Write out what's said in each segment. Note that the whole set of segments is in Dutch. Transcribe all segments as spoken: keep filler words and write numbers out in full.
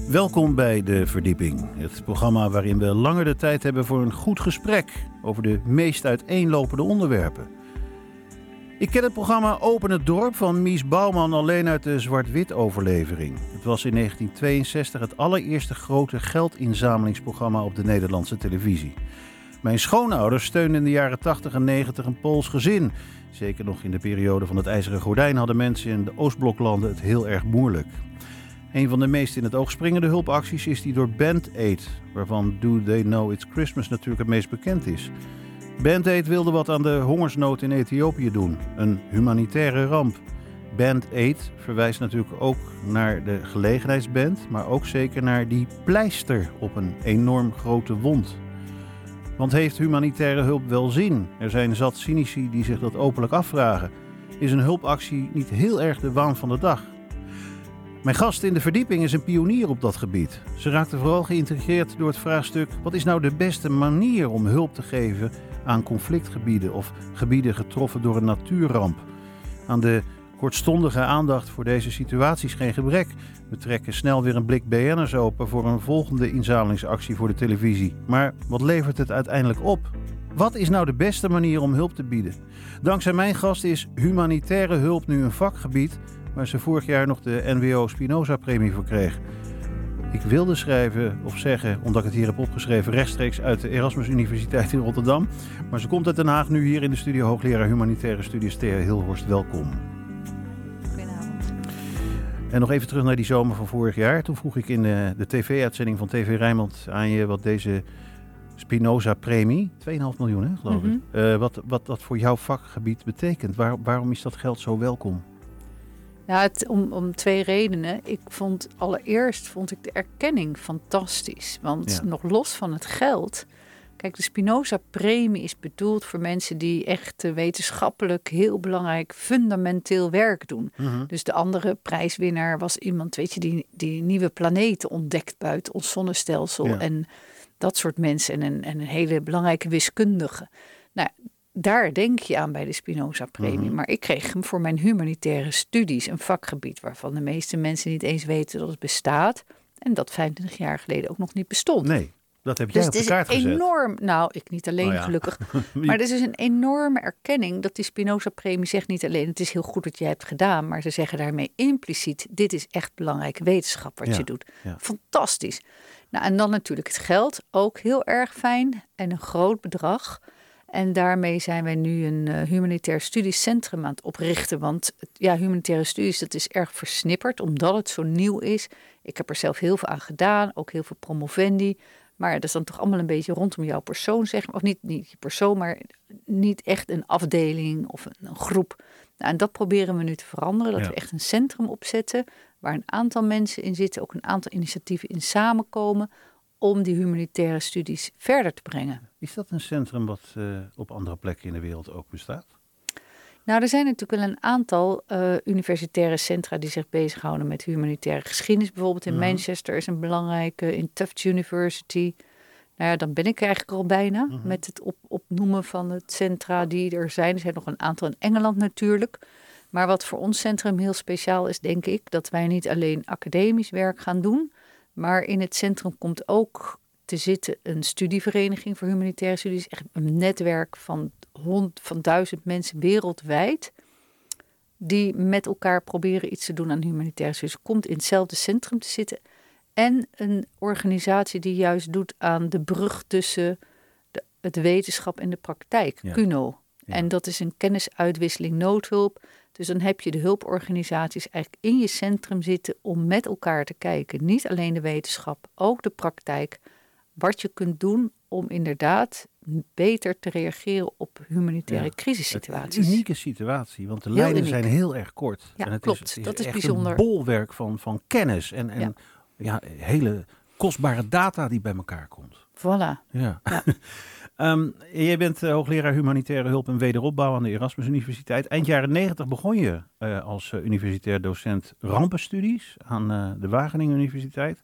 Welkom bij De Verdieping, het programma waarin we langer de tijd hebben voor een goed gesprek over de meest uiteenlopende onderwerpen. Ik ken het programma Open het Dorp van Mies Bouwman alleen uit de zwart-wit overlevering. Het was in negentien tweeënzestig het allereerste grote geldinzamelingsprogramma op de Nederlandse televisie. Mijn schoonouders steunden in de jaren tachtig en negentig een Pools gezin. Zeker nog in de periode van het IJzeren Gordijn hadden mensen in de Oostbloklanden het heel erg moeilijk. Een van de meest in het oog springende hulpacties is die door Band Aid, waarvan Do They Know It's Christmas natuurlijk het meest bekend is. Band Aid wilde wat aan de hongersnood in Ethiopië doen, een humanitaire ramp. Band Aid verwijst natuurlijk ook naar de gelegenheidsband, maar ook zeker naar die pleister op een enorm grote wond. Want heeft humanitaire hulp wel zin? Er zijn zat cynici die zich dat openlijk afvragen. Is een hulpactie niet heel erg de waan van de dag? Mijn gast in De Verdieping is een pionier op dat gebied. Ze raakte vooral geïntrigeerd door het vraagstuk: wat is nou de beste manier om hulp te geven aan conflictgebieden of gebieden getroffen door een natuurramp? Aan de kortstondige aandacht voor deze situaties geen gebrek. We trekken snel weer een blik B N'ers open voor een volgende inzamelingsactie voor de televisie. Maar wat levert het uiteindelijk op? Wat is nou de beste manier om hulp te bieden? Dankzij mijn gast is humanitaire hulp nu een vakgebied waar ze vorig jaar nog de N W O Spinoza-premie voor kreeg. Ik wilde schrijven of zeggen, omdat ik het hier heb opgeschreven, rechtstreeks uit de Erasmus Universiteit in Rotterdam. Maar ze komt uit Den Haag, nu hier in de studio, hoogleraar humanitaire studies Thea Hilhorst. Welkom. Goedenavond. En nog even terug naar die zomer van vorig jaar. Toen vroeg ik in de, de tv-uitzending van T V Rijnmond aan je wat deze Spinoza-premie, twee komma vijf miljoen hè, geloof Mm-hmm. ik, uh, wat, wat dat voor jouw vakgebied betekent. Waar, waarom is dat geld zo welkom? Ja, het, om, om twee redenen. Ik vond allereerst vond ik de erkenning fantastisch. Want Ja. nog los van het geld. Kijk, de Spinoza-premie is bedoeld voor mensen die echt uh, wetenschappelijk heel belangrijk, fundamenteel werk doen. Mm-hmm. Dus de andere prijswinnaar was iemand, weet je, die, die nieuwe planeten ontdekt buiten ons zonnestelsel. Ja. En dat soort mensen. En een, en een hele belangrijke wiskundige. Nou, daar denk je aan bij de Spinoza-premie. Mm-hmm. Maar ik kreeg hem voor mijn humanitaire studies. Een vakgebied waarvan de meeste mensen niet eens weten dat het bestaat. En dat vijfentwintig jaar geleden ook nog niet bestond. Nee, dat heb jij Dus op het de is kaart een gezet. enorm, nou ik niet alleen Oh ja. gelukkig, maar het is dus een enorme erkenning dat die Spinoza-premie zegt niet alleen het is heel goed wat je hebt gedaan, maar ze zeggen daarmee impliciet dit is echt belangrijke wetenschap wat Ja, je doet. ja. Fantastisch. Nou en dan natuurlijk het geld, ook heel erg fijn en een groot bedrag. En daarmee zijn wij nu een uh, humanitair studiecentrum aan het oprichten. Want ja, humanitaire studies, dat is erg versnipperd, omdat het zo nieuw is. Ik heb er zelf heel veel aan gedaan, ook heel veel promovendi. Maar dat is dan toch allemaal een beetje rondom jouw persoon, zeg maar. Of niet, niet je persoon, maar niet echt een afdeling of een, een groep. Nou, en dat proberen we nu te veranderen. Dat Ja. we echt een centrum opzetten waar een aantal mensen in zitten. Ook een aantal initiatieven in samenkomen om die humanitaire studies verder te brengen. Is dat een centrum wat uh, op andere plekken in de wereld ook bestaat? Nou, er zijn natuurlijk wel een aantal uh, universitaire centra die zich bezighouden met humanitaire geschiedenis. Bijvoorbeeld in Mm-hmm. Manchester is een belangrijke, in Tufts University. Nou ja, dan ben ik eigenlijk al bijna Mm-hmm. met het op, opnoemen van het centra die er zijn. Er zijn nog een aantal in Engeland natuurlijk. Maar wat voor ons centrum heel speciaal is, denk ik, dat wij niet alleen academisch werk gaan doen, maar in het centrum komt ook te zitten een studievereniging voor humanitaire studies. Echt een netwerk van, hond, van duizend mensen wereldwijd die met elkaar proberen iets te doen aan humanitaire studies. Komt in hetzelfde centrum te zitten. En een organisatie die juist doet aan de brug tussen de, het wetenschap en de praktijk, Ja. CUNO. Ja. En dat is een kennisuitwisseling noodhulp. Dus dan heb je de hulporganisaties eigenlijk in je centrum zitten om met elkaar te kijken. Niet alleen de wetenschap, ook de praktijk. Wat je kunt doen om inderdaad beter te reageren op humanitaire Ja. crisissituaties. Het is een unieke situatie, want de Heel lijnen uniek. zijn heel erg kort. Ja, en het klopt. Is, het is Dat is echt bijzonder. een bolwerk van, van kennis en, en Ja. ja, hele kostbare data die bij elkaar komt. Voilà. Ja. Ja. um, jij bent uh, hoogleraar humanitaire hulp en wederopbouw aan de Erasmus Universiteit. Eind jaren negentig begon je uh, als uh, universitair docent rampenstudies aan uh, de Wageningen Universiteit.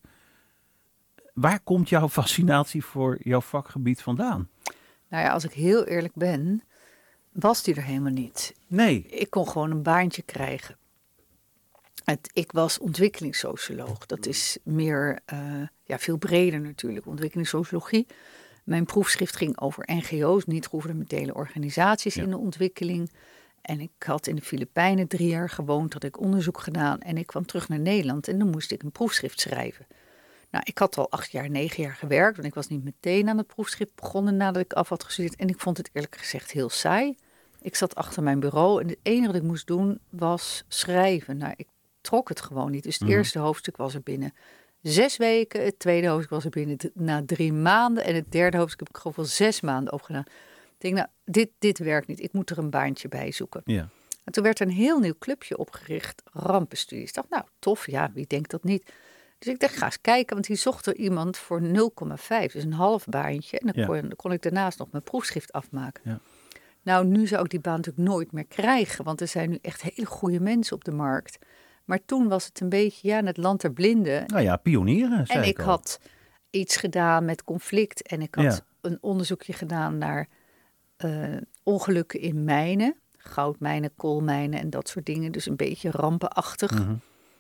Waar komt jouw fascinatie voor jouw vakgebied vandaan? Nou ja, als ik heel eerlijk ben, was die er helemaal niet. Nee. Ik kon gewoon een baantje krijgen. Het, ik was ontwikkelingssocioloog. Dat is meer, uh, ja, veel breder natuurlijk, ontwikkelingssociologie. Mijn proefschrift ging over N G O's, niet-gouvernementele organisaties ja. in de ontwikkeling. En ik had in de Filipijnen drie jaar gewoond, had ik onderzoek gedaan. En ik kwam terug naar Nederland en dan moest ik een proefschrift schrijven. Nou, ik had al acht jaar, negen jaar gewerkt. Want ik was niet meteen aan het proefschrift begonnen nadat ik af had gestudeerd. En ik vond het eerlijk gezegd heel saai. Ik zat achter mijn bureau en het enige wat ik moest doen was schrijven. Nou, ik trok het gewoon niet. Dus het mm. eerste hoofdstuk was er binnen zes weken. Het tweede hoofdstuk was er binnen d- na drie maanden. En het derde hoofdstuk heb ik gewoon wel zes maanden over gedaan. Ik denk, nou, dit, dit werkt niet. Ik moet er een baantje bij zoeken. Ja. En toen werd er een heel nieuw clubje opgericht, rampenstudies. Ik dacht, nou, tof, ja, wie denkt dat niet? Dus ik dacht, ga eens kijken, want die zocht er iemand voor nul komma vijf, dus een half baantje. En dan, ja. kon, dan kon ik daarnaast nog mijn proefschrift afmaken. Ja. Nou, nu zou ik die baan natuurlijk nooit meer krijgen, want er zijn nu echt hele goede mensen op de markt. Maar toen was het een beetje, ja, het land der blinden. Nou ja, pionieren, zei En ik, ik had iets gedaan met conflict en ik had Ja. een onderzoekje gedaan naar uh, ongelukken in mijnen. Goudmijnen, koolmijnen en dat soort dingen. Dus een beetje rampenachtig. Mm-hmm.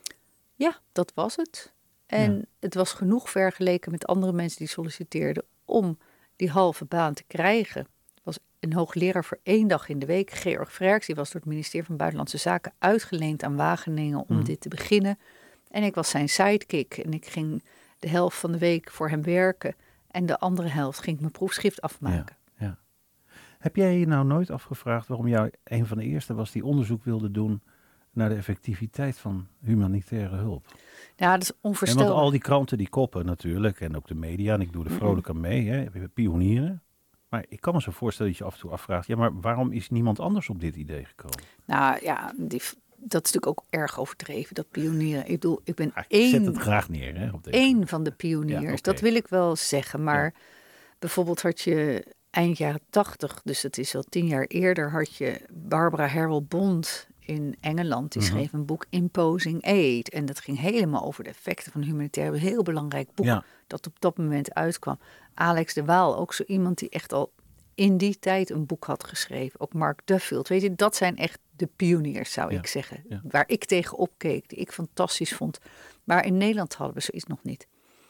Ja, dat was het. En Ja. het was genoeg vergeleken met andere mensen die solliciteerden om die halve baan te krijgen. Er was een hoogleraar voor één dag in de week, Georg Frerks. Die was door het ministerie van Buitenlandse Zaken uitgeleend aan Wageningen om Mm. dit te beginnen. En ik was zijn sidekick en ik ging de helft van de week voor hem werken. En de andere helft ging ik mijn proefschrift afmaken. Ja, ja. Heb jij je nou nooit afgevraagd waarom jij een van de eerste was die onderzoek wilde doen naar de effectiviteit van humanitaire hulp? Ja, dat is onvoorstelbaar. En want al die kranten die koppen natuurlijk, en ook de media, en ik doe er vrolijk aan mee, hè, pionieren. Maar ik kan me zo voorstellen dat je af en toe afvraagt, ja, maar waarom is niemand anders op dit idee gekomen? Nou ja, die, dat is natuurlijk ook erg overdreven, dat pionieren. Ik bedoel, ik ben Ah, ik één, zet het graag neer, hè, op deze één van de pioniers. Ja, okay. Dat wil ik wel zeggen, maar Ja. bijvoorbeeld had je eind jaren tachtig, dus dat is al tien jaar eerder, had je Barbara Harrell Bond in Engeland. Die Mm-hmm. schreef een boek Imposing Aid. En dat ging helemaal over de effecten van humanitair. Een heel belangrijk boek Ja. dat op dat moment uitkwam. Alex de Waal, ook zo iemand die echt al in die tijd een boek had geschreven. Ook Mark Duffield. Weet je, dat zijn echt de pioniers, zou Ja. ik zeggen. Ja. Waar ik tegenop keek, die ik fantastisch vond. Maar in Nederland hadden we zoiets nog niet.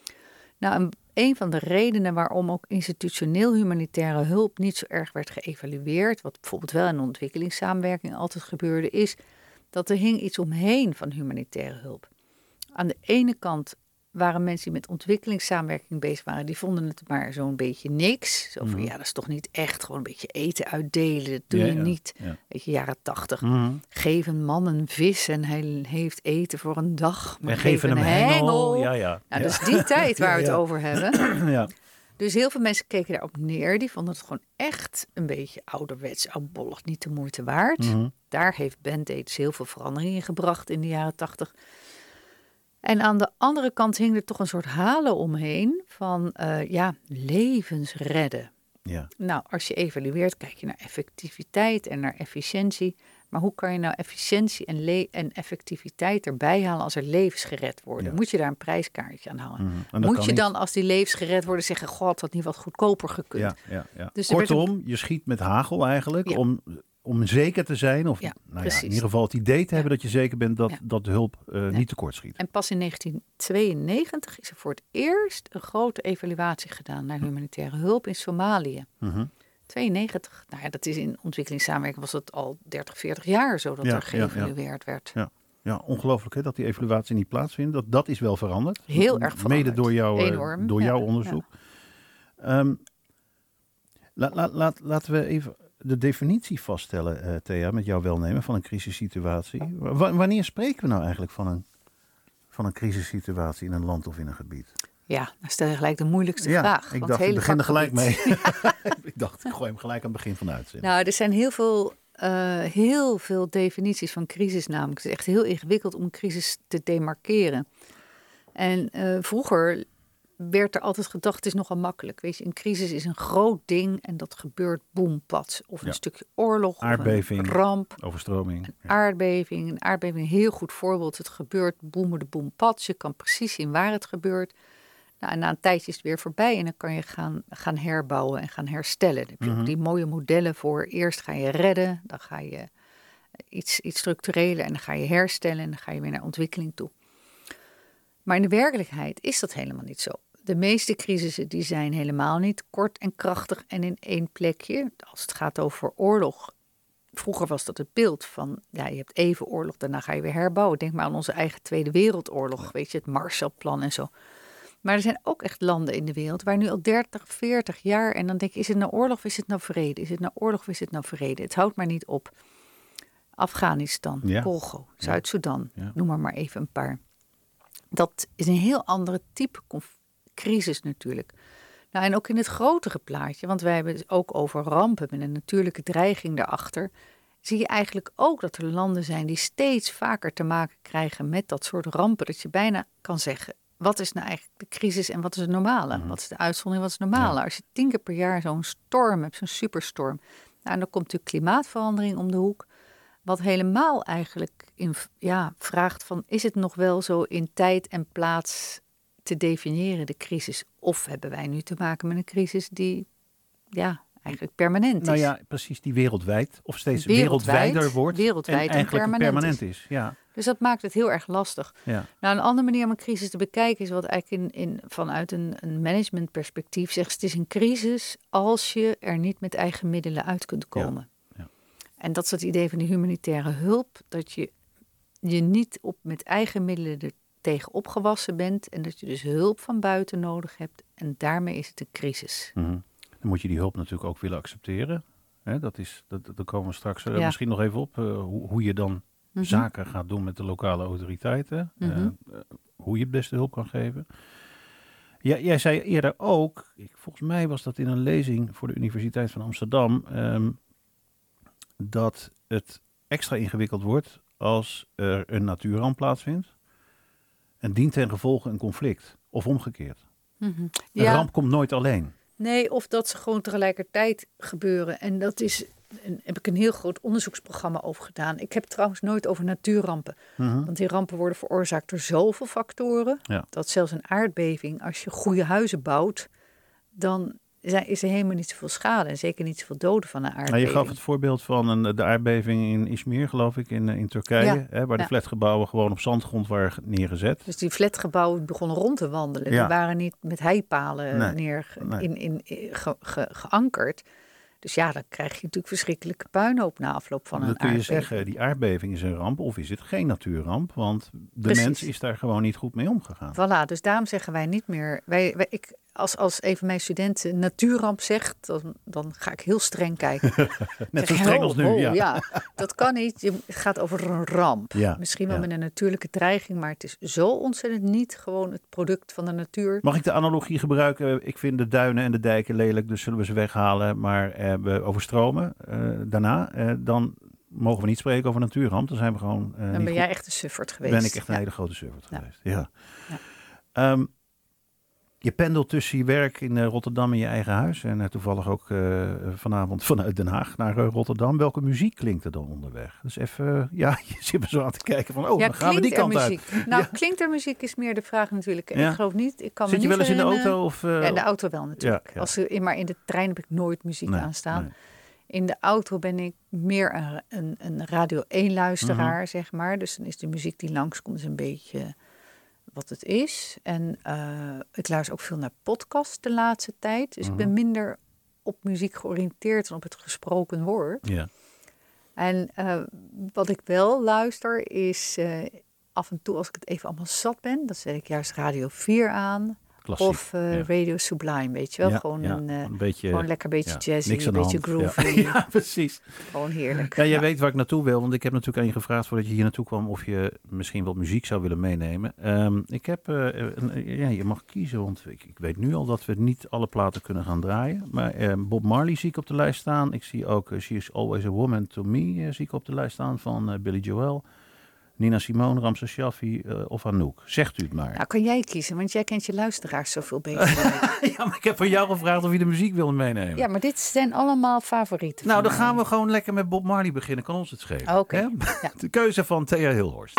Nou, een, een van de redenen waarom ook institutioneel humanitaire hulp niet zo erg werd geëvalueerd, wat bijvoorbeeld wel in de ontwikkelingssamenwerking altijd gebeurde, is dat er hing iets omheen van humanitaire hulp. Aan de ene kant waren mensen die met ontwikkelingssamenwerking bezig waren, die vonden het maar zo'n beetje niks. Zo van, Mm-hmm. ja, dat is toch niet echt gewoon een beetje eten uitdelen, dat doe Ja, je ja, niet. ja. Weet je, jaren tachtig. Mm-hmm. Geef een man een vis en hij heeft eten voor een dag. Maar En geven hem een hengel. Ja, ja. Nou, ja. dat is die tijd waar we Ja, het ja. over hebben. ja. Dus heel veel mensen keken daarop neer. Die vonden het gewoon echt een beetje ouderwets, oudbollig, niet de moeite waard. Mm-hmm. Daar heeft Band-Aids heel veel verandering in gebracht in de jaren tachtig. En aan de andere kant hing er toch een soort halo omheen van, uh, ja, levens redden. Ja. Nou, als je evalueert, kijk je naar effectiviteit en naar efficiëntie. Maar hoe kan je nou efficiëntie en, le- en effectiviteit erbij halen als er levens gered worden? Ja. Moet je daar een prijskaartje aan hangen? Mm-hmm. En dat Moet kan je niet. dan, als die levens gered worden, zeggen, god, had dat niet wat goedkoper gekund? Ja, ja, ja. Dus er werd Kortom, je schiet met hagel eigenlijk Ja. om, om zeker te zijn, of Ja, nou ja, precies. in ieder geval het idee te hebben dat je zeker bent dat, Ja. dat de hulp uh, Ja. niet tekort schiet. En pas in negentien tweeënnegentig is er voor het eerst een grote evaluatie gedaan naar humanitaire hulp in Somalië. Mm-hmm. tweeënnegentig, nou ja, dat is in ontwikkelingssamenwerking was het al dertig, veertig jaar zo dat Ja, er geëvalueerd ja, ja. werd. Ja. Ja, ongelooflijk hè, dat die evaluatie niet plaatsvindt. Dat, dat is wel veranderd. Heel erg veranderd. Mede door, jou, uh, Enorm. door Ja, jouw onderzoek. Ja. Um, la, la, laat, laten we even de definitie vaststellen, uh, Thea, met jouw welnemen van een crisissituatie. W- wanneer spreken we nou eigenlijk van een, van een crisissituatie in een land of in een gebied? Ja, dan stel je gelijk de moeilijkste ja, vraag. Ik want dacht, hele ik begin er gelijk mee. Ja. ik dacht, ik gooi hem gelijk aan het begin van de uitzending. Nou, er zijn heel veel, uh, heel veel definities van crisis namelijk. Het is echt heel ingewikkeld om een crisis te demarkeren. En uh, vroeger werd er altijd gedacht, het is nogal makkelijk. Weet je, een crisis is een groot ding en dat gebeurt boempats. Of een ja. stukje oorlog, aardbeving, of een ramp. Overstroming. Een ja. aardbeving. Een aardbeving, een heel goed voorbeeld. Het gebeurt boemen de boempats. Je kan precies zien waar het gebeurt. Nou, en na een tijdje is het weer voorbij en dan kan je gaan, gaan herbouwen en gaan herstellen. Dan heb je mm-hmm. ook die mooie modellen voor. Eerst ga je redden, dan ga je iets, iets structureler en dan ga je herstellen en dan ga je weer naar ontwikkeling toe. Maar in de werkelijkheid is dat helemaal niet zo. De meeste crisissen die zijn helemaal niet kort en krachtig en in één plekje. Als het gaat over oorlog. Vroeger was dat het beeld van, ja, je hebt even oorlog, daarna ga je weer herbouwen. Denk maar aan onze eigen Tweede Wereldoorlog, weet je, het Marshallplan en zo. Maar er zijn ook echt landen in de wereld waar nu al dertig, veertig jaar... en dan denk je, is het nou oorlog of is het nou vrede? Is het nou oorlog of is het nou vrede? Het houdt maar niet op. Afghanistan, ja. Congo, Zuid-Soedan, ja. Noem maar maar even een paar. Dat is een heel andere type conf- crisis natuurlijk. Nou, en ook in het grotere plaatje, want wij hebben het ook over rampen met een natuurlijke dreiging daarachter, zie je eigenlijk ook dat er landen zijn die steeds vaker te maken krijgen met dat soort rampen, dat je bijna kan zeggen, wat is nou eigenlijk de crisis en wat is het normale? Mm. Wat is de uitzondering, wat is het normale? Ja. Als je tien keer per jaar zo'n storm hebt, zo'n superstorm, nou, dan komt natuurlijk klimaatverandering om de hoek, wat helemaal eigenlijk in, ja, vraagt van, is het nog wel zo in tijd en plaats te definiëren, de crisis? Of hebben wij nu te maken met een crisis die, ja, eigenlijk permanent is? Nou ja, precies, die wereldwijd of steeds wereldwijd, wereldwijder wordt wereldwijd en eigenlijk en permanent, permanent is. is. Ja. Dus dat maakt het heel erg lastig. Ja. Nou, een andere manier om een crisis te bekijken is wat eigenlijk in, in, vanuit een, een managementperspectief zegt, het is een crisis als je er niet met eigen middelen uit kunt komen. Ja. Ja. En dat is het idee van de humanitaire hulp, dat je je niet op met eigen middelen er tegen opgewassen bent en dat je dus hulp van buiten nodig hebt en daarmee is het een crisis. Mm-hmm. Dan moet je die hulp natuurlijk ook willen accepteren. Hè, dat is, dat, daar komen we straks uh, ja. misschien nog even op, uh, hoe, hoe je dan mm-hmm. zaken gaat doen met de lokale autoriteiten. Mm-hmm. Uh, uh, hoe je het beste hulp kan geven. Ja, jij zei eerder ook, ik, volgens mij was dat in een lezing voor de Universiteit van Amsterdam, um, dat het extra ingewikkeld wordt als er een natuurramp plaatsvindt en dient ten gevolge een conflict. Of omgekeerd. Mm-hmm. Ja. Een ramp komt nooit alleen. Nee, of dat ze gewoon tegelijkertijd gebeuren. En dat is, en heb ik een heel groot onderzoeksprogramma over gedaan. Ik heb het trouwens nooit over natuurrampen. Mm-hmm. Want die rampen worden veroorzaakt door zoveel factoren. Ja. Dat zelfs een aardbeving, als je goede huizen bouwt, dan is er helemaal niet zoveel schade. En zeker niet zoveel doden van een aardbeving. Nou, je gaf het voorbeeld van een, de aardbeving in Izmir, geloof ik, in, in Turkije. Ja. Hè, waar de ja. flatgebouwen gewoon op zandgrond waren neergezet. Dus die flatgebouwen begonnen rond te wandelen. Ja. Die waren niet met heipalen nee. neer nee. In, in, in, ge, ge, geankerd. Dus ja, dan krijg je natuurlijk verschrikkelijke puinhoop na afloop van dan een aardbeving. Dan kun je zeggen, die aardbeving is een ramp of is het geen natuurramp? Want de Precies. mens is daar gewoon niet goed mee omgegaan. Voilà, dus daarom zeggen wij niet meer... Wij, wij, ik, als, als een van mijn studenten natuurramp zegt, dan, dan ga ik heel streng kijken. Net zo streng als nu, oh, ja. ja. Dat kan niet. Je, het gaat over een ramp. Ja, Misschien wel ja. met een natuurlijke dreiging, maar het is zo ontzettend niet gewoon het product van de natuur. Mag ik de analogie gebruiken? Ik vind de duinen en de dijken lelijk, dus zullen we ze weghalen, maar eh, we overstromen uh, daarna. Uh, dan mogen we niet spreken over natuurramp. Dan zijn we gewoon uh, Dan niet ben goed. jij echt een sufferd geweest. Ben ik echt een ja. hele grote sufferd ja. geweest, ja. ja. Um, Je pendelt tussen je werk in uh, Rotterdam en je eigen huis. En uh, toevallig ook uh, vanavond vanuit Den Haag naar uh, Rotterdam. Welke muziek klinkt er dan onderweg? Dus even, uh, ja, je zit me zo aan te kijken van, oh, ja, dan gaan we die kant muziek? uit. Nou, ja. klinkt er muziek is meer de vraag natuurlijk. Ja. Ik geloof niet. Ik kan zit me je niet wel eens in de herinneren. auto? Of, uh, ja, in de auto wel natuurlijk. Ja, ja. Als er, maar in de trein heb ik nooit muziek nee, aanstaan. Nee. In de auto ben ik meer een, een, een Radio één luisteraar, mm-hmm. zeg maar. Dus dan is de muziek die langskomt is een beetje wat het is. En uh, ik luister ook veel naar podcasts de laatste tijd. Dus mm-hmm. ik ben minder op muziek georiënteerd dan op het gesproken woord. Ja. En uh, wat ik wel luister is uh, af en toe als ik het even allemaal zat ben, dan zet ik juist Radio vier aan. Klassiek, of uh, ja. Radio Sublime, weet je wel. Ja, gewoon ja, een, uh, een beetje, gewoon lekker beetje ja, jazzy, een beetje groovy. Ja. ja, precies. Gewoon heerlijk. Ja, jij ja. weet waar ik naartoe wil, want ik heb natuurlijk aan je gevraagd voordat je hier naartoe kwam of je misschien wat muziek zou willen meenemen. Um, ik heb, uh, een, ja, je mag kiezen, want ik, ik weet nu al dat we niet alle platen kunnen gaan draaien. Maar uh, Bob Marley zie ik op de lijst staan. Ik zie ook uh, She's Always a Woman to Me uh, zie ik op de lijst staan van uh, Billy Joel. Nina Simone, Ramses Shaffi uh, of Anouk. Zegt u het maar. Nou, kan jij kiezen, want jij kent je luisteraars zoveel beter. Ja, maar ik heb van jou gevraagd of je de muziek wil meenemen. Ja, maar dit zijn allemaal favorieten. Nou, dan mij. gaan we gewoon lekker met Bob Marley beginnen. Kan ons het schelen. Oké. Okay. Ja. De keuze van Thea Hilhorst.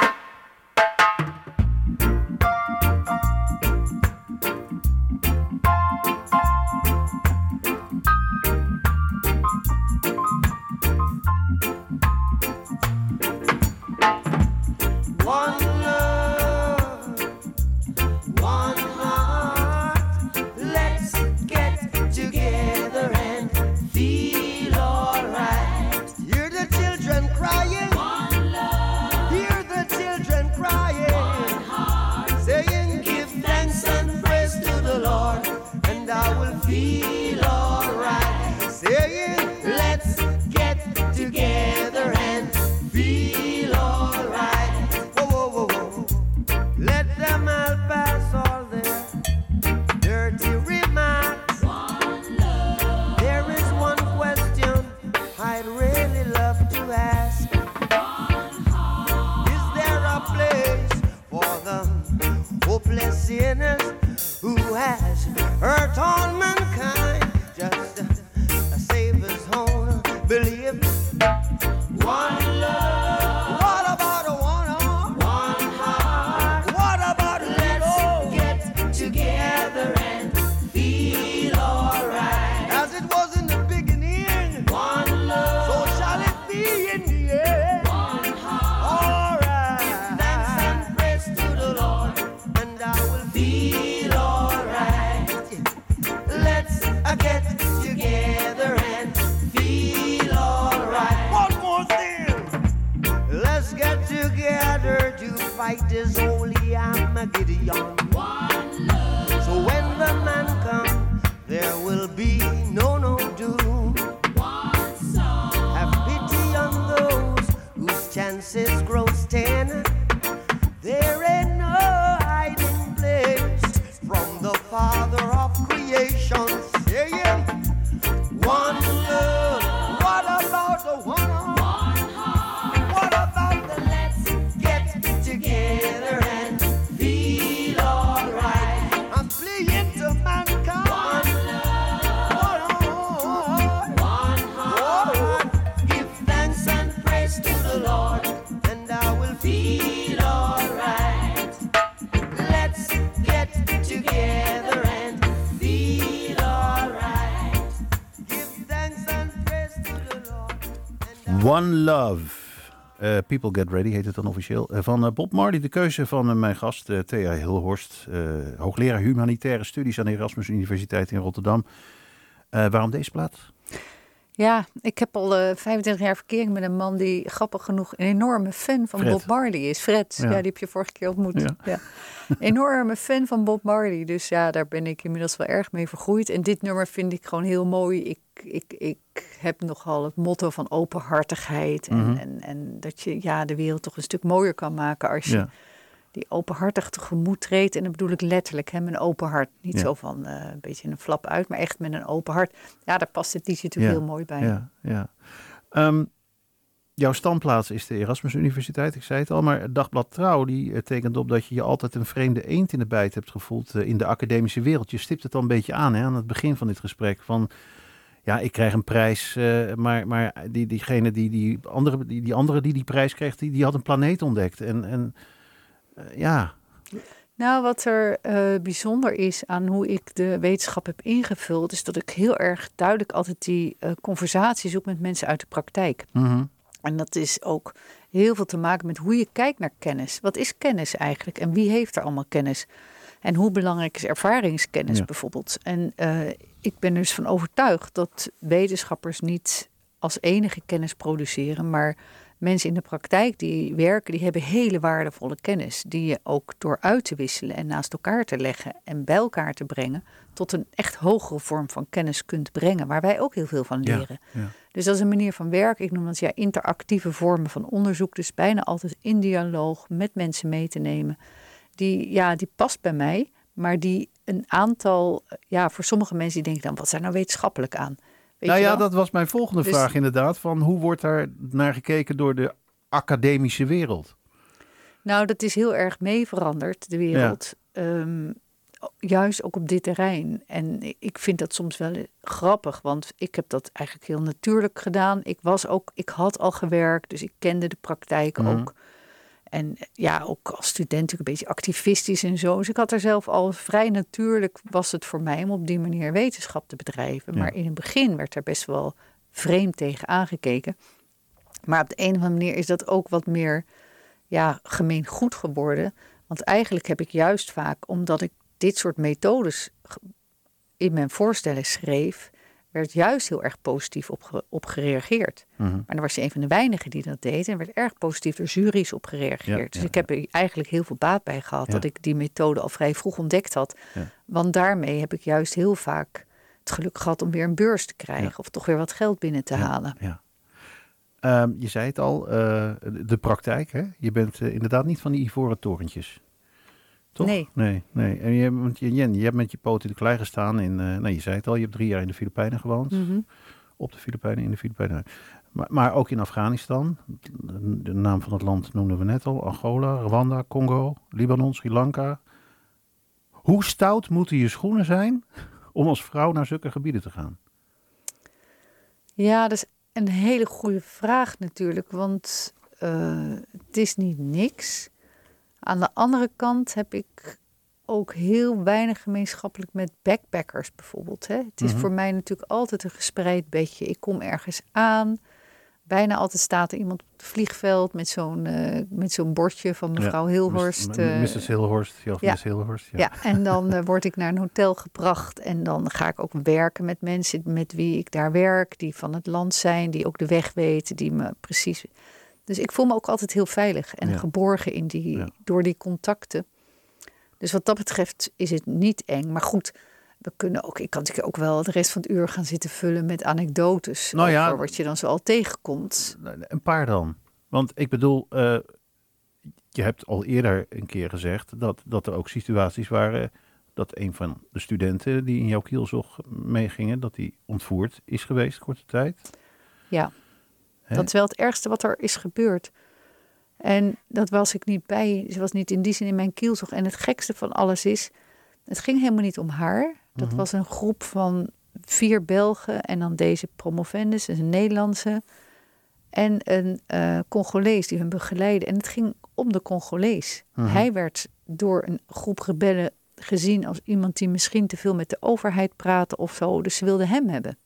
sinners who has hurt all mankind. Just uh, save his own belief. One love. What about a one heart? One heart. What about a let's get together and feel alright. As it was in the beginning. One love. So shall it be in the end. One heart. Alright. Give thanks and praise to the Lord, and I will feel alright. Let's uh, get together and feel alright. One more thing. Let's get together to fight this holy Armageddon. One love. So when the man comes, there will be no no doom. One song. Have pity on those whose chances grow thin. There ain't no hiding place from the Father of creation. Saying, one love. What about the one heart? One heart. What about the let's get together and feel alright? I'm playing to mankind. One love. One heart. One heart. Give thanks and praise to the Lord, and I will feel alright. Let's get together and feel alright. Give thanks and praise to the Lord, and I One Love. Uh, People Get Ready heet het dan officieel. Uh, van uh, Bob Marley, de keuze van uh, mijn gast uh, Thea Hilhorst. Uh, hoogleraar humanitaire studies aan de Erasmus Universiteit in Rotterdam. Uh, waarom deze plaat? Ja, ik heb al uh, vijfentwintig jaar verkering met een man die grappig genoeg een enorme fan van Fred. Bob Marley is. Fred, ja. Ja. ja, die heb je vorige keer ontmoet. Ja. Ja. Enorme fan van Bob Marley. Dus ja, daar ben ik inmiddels wel erg mee vergroeid. En dit nummer vind ik gewoon heel mooi. Ik, ik, ik heb nogal het motto van openhartigheid. En, Mhm. en, en dat je ja, de wereld toch een stuk mooier kan maken als je Ja. die openhartig tegemoet treedt. En dat bedoel ik letterlijk, hè, met een open hart. Niet Ja. zo van uh, een beetje een flap uit, maar echt met een open hart. Ja, daar past het liedje natuurlijk Ja. heel mooi bij. Ja, ja. Um, jouw standplaats is de Erasmus Universiteit, ik zei het al. Maar het Dagblad Trouw die uh, tekent op dat je je altijd een vreemde eend in de bijt hebt gevoeld uh, in de academische wereld. Je stipt het al een beetje aan, hè, aan het begin van dit gesprek. Van ja, ik krijg een prijs, uh, maar, maar die, diegene die die andere die, die andere die die prijs kreeg, die, die had een planeet ontdekt. En, en uh, ja. Nou, wat er uh, bijzonder is aan hoe ik de wetenschap heb ingevuld, is dat ik heel erg duidelijk altijd die uh, conversatie zoek met mensen uit de praktijk. Mm-hmm. En dat is ook heel veel te maken met hoe je kijkt naar kennis. Wat is kennis eigenlijk? En wie heeft er allemaal kennis? En hoe belangrijk is ervaringskennis Ja. bijvoorbeeld? En uh, ik ben dus van overtuigd dat wetenschappers niet als enige kennis produceren, maar mensen in de praktijk die werken, die hebben hele waardevolle kennis. Die je ook door uit te wisselen en naast elkaar te leggen en bij elkaar te brengen, tot een echt hogere vorm van kennis kunt brengen, waar wij ook heel veel van leren. Ja, ja. Dus dat is een manier van werken. Ik noem dat ja, interactieve vormen van onderzoek. Dus bijna altijd in dialoog met mensen mee te nemen. Die, ja, die past bij mij, maar die een aantal, ja, voor sommige mensen die denken dan, wat is daar nou wetenschappelijk aan? Weet Nou je ja, wel? dat was mijn volgende Dus- vraag inderdaad. Van hoe wordt daar naar gekeken door de academische wereld? Nou, dat is heel erg mee veranderd, de wereld. Ehm, juist ook op dit terrein. En ik vind dat soms wel grappig, want ik heb dat eigenlijk heel natuurlijk gedaan. Ik was ook, ik had al gewerkt, dus ik kende de praktijk Mhm. ook. En ja, ook als student natuurlijk een beetje activistisch en zo. Dus ik had er zelf al vrij natuurlijk, was het voor mij om op die manier wetenschap te bedrijven. Ja. Maar in het begin werd er best wel vreemd tegen aangekeken. Maar op de een of andere manier is dat ook wat meer ja, gemeengoed geworden. Want eigenlijk heb ik juist vaak, omdat ik dit soort methodes ge- in mijn voorstellen schreef, werd juist heel erg positief op, ge- op gereageerd. Mhm. Maar dan was je een van de weinigen die dat deed en er werd erg positief door juries op gereageerd. Ja, dus ja, ik heb er eigenlijk heel veel baat bij gehad Ja. dat ik die methode al vrij vroeg ontdekt had. Ja. Want daarmee heb ik juist heel vaak het geluk gehad om weer een beurs te krijgen Ja. of toch weer wat geld binnen te Ja, halen. Ja. Um, je zei het al, uh, de praktijk. Hè? Je bent uh, inderdaad niet van die ivoren torentjes. Toch? Nee. Nee, nee. En je, want je, Jen, je hebt met je poot in de klei gestaan. In, uh, nou, je zei het al, je hebt drie jaar in de Filipijnen gewoond. Mhm. Op de Filipijnen, in de Filipijnen. Maar, maar ook in Afghanistan. De naam van het land noemden we net al. Angola, Rwanda, Congo, Libanon, Sri Lanka. Hoe stout moeten je schoenen zijn om als vrouw naar zulke gebieden te gaan? Ja, dat is een hele goede vraag natuurlijk, want uh, het is niet niks. Aan de andere kant heb ik ook heel weinig gemeenschappelijk met backpackers bijvoorbeeld. Hè. Het is mm-hmm. voor mij natuurlijk altijd een gespreid bedje. Ik kom ergens aan. Bijna altijd staat er iemand op het vliegveld met zo'n, uh, met zo'n bordje van mevrouw ja, Hilhorst. Uh, missus Hilhorst, ja, of ja. Miss Hilhorst. Ja. ja, en dan uh, word ik naar een hotel gebracht. En dan ga ik ook werken met mensen met wie ik daar werk. Die van het land zijn, die ook de weg weten, die me precies... Dus ik voel me ook altijd heel veilig en ja. geborgen in die, ja. door die contacten. Dus wat dat betreft is het niet eng. Maar goed, we kunnen ook, ik kan natuurlijk ook wel de rest van het uur gaan zitten vullen met anekdotes. Nou ja, over wat je dan zo al tegenkomt. Een paar dan. Want ik bedoel, uh, je hebt al eerder een keer gezegd dat, dat er ook situaties waren dat een van de studenten die in jouw kielzog meegingen, dat die ontvoerd is geweest korte tijd. Ja. He? Dat is wel het ergste wat er is gebeurd. En dat was ik niet bij. Ze was niet in die zin in mijn kielzog. En het gekste van alles is, het ging helemaal niet om haar. Dat mm-hmm. was een groep van vier Belgen en dan deze promovendus, een Nederlandse en een uh, Congolees die hun begeleidde. En het ging om de Congolees. Mm-hmm. Hij werd door een groep rebellen gezien als iemand die misschien te veel met de overheid praatte of zo. Dus ze wilden hem hebben.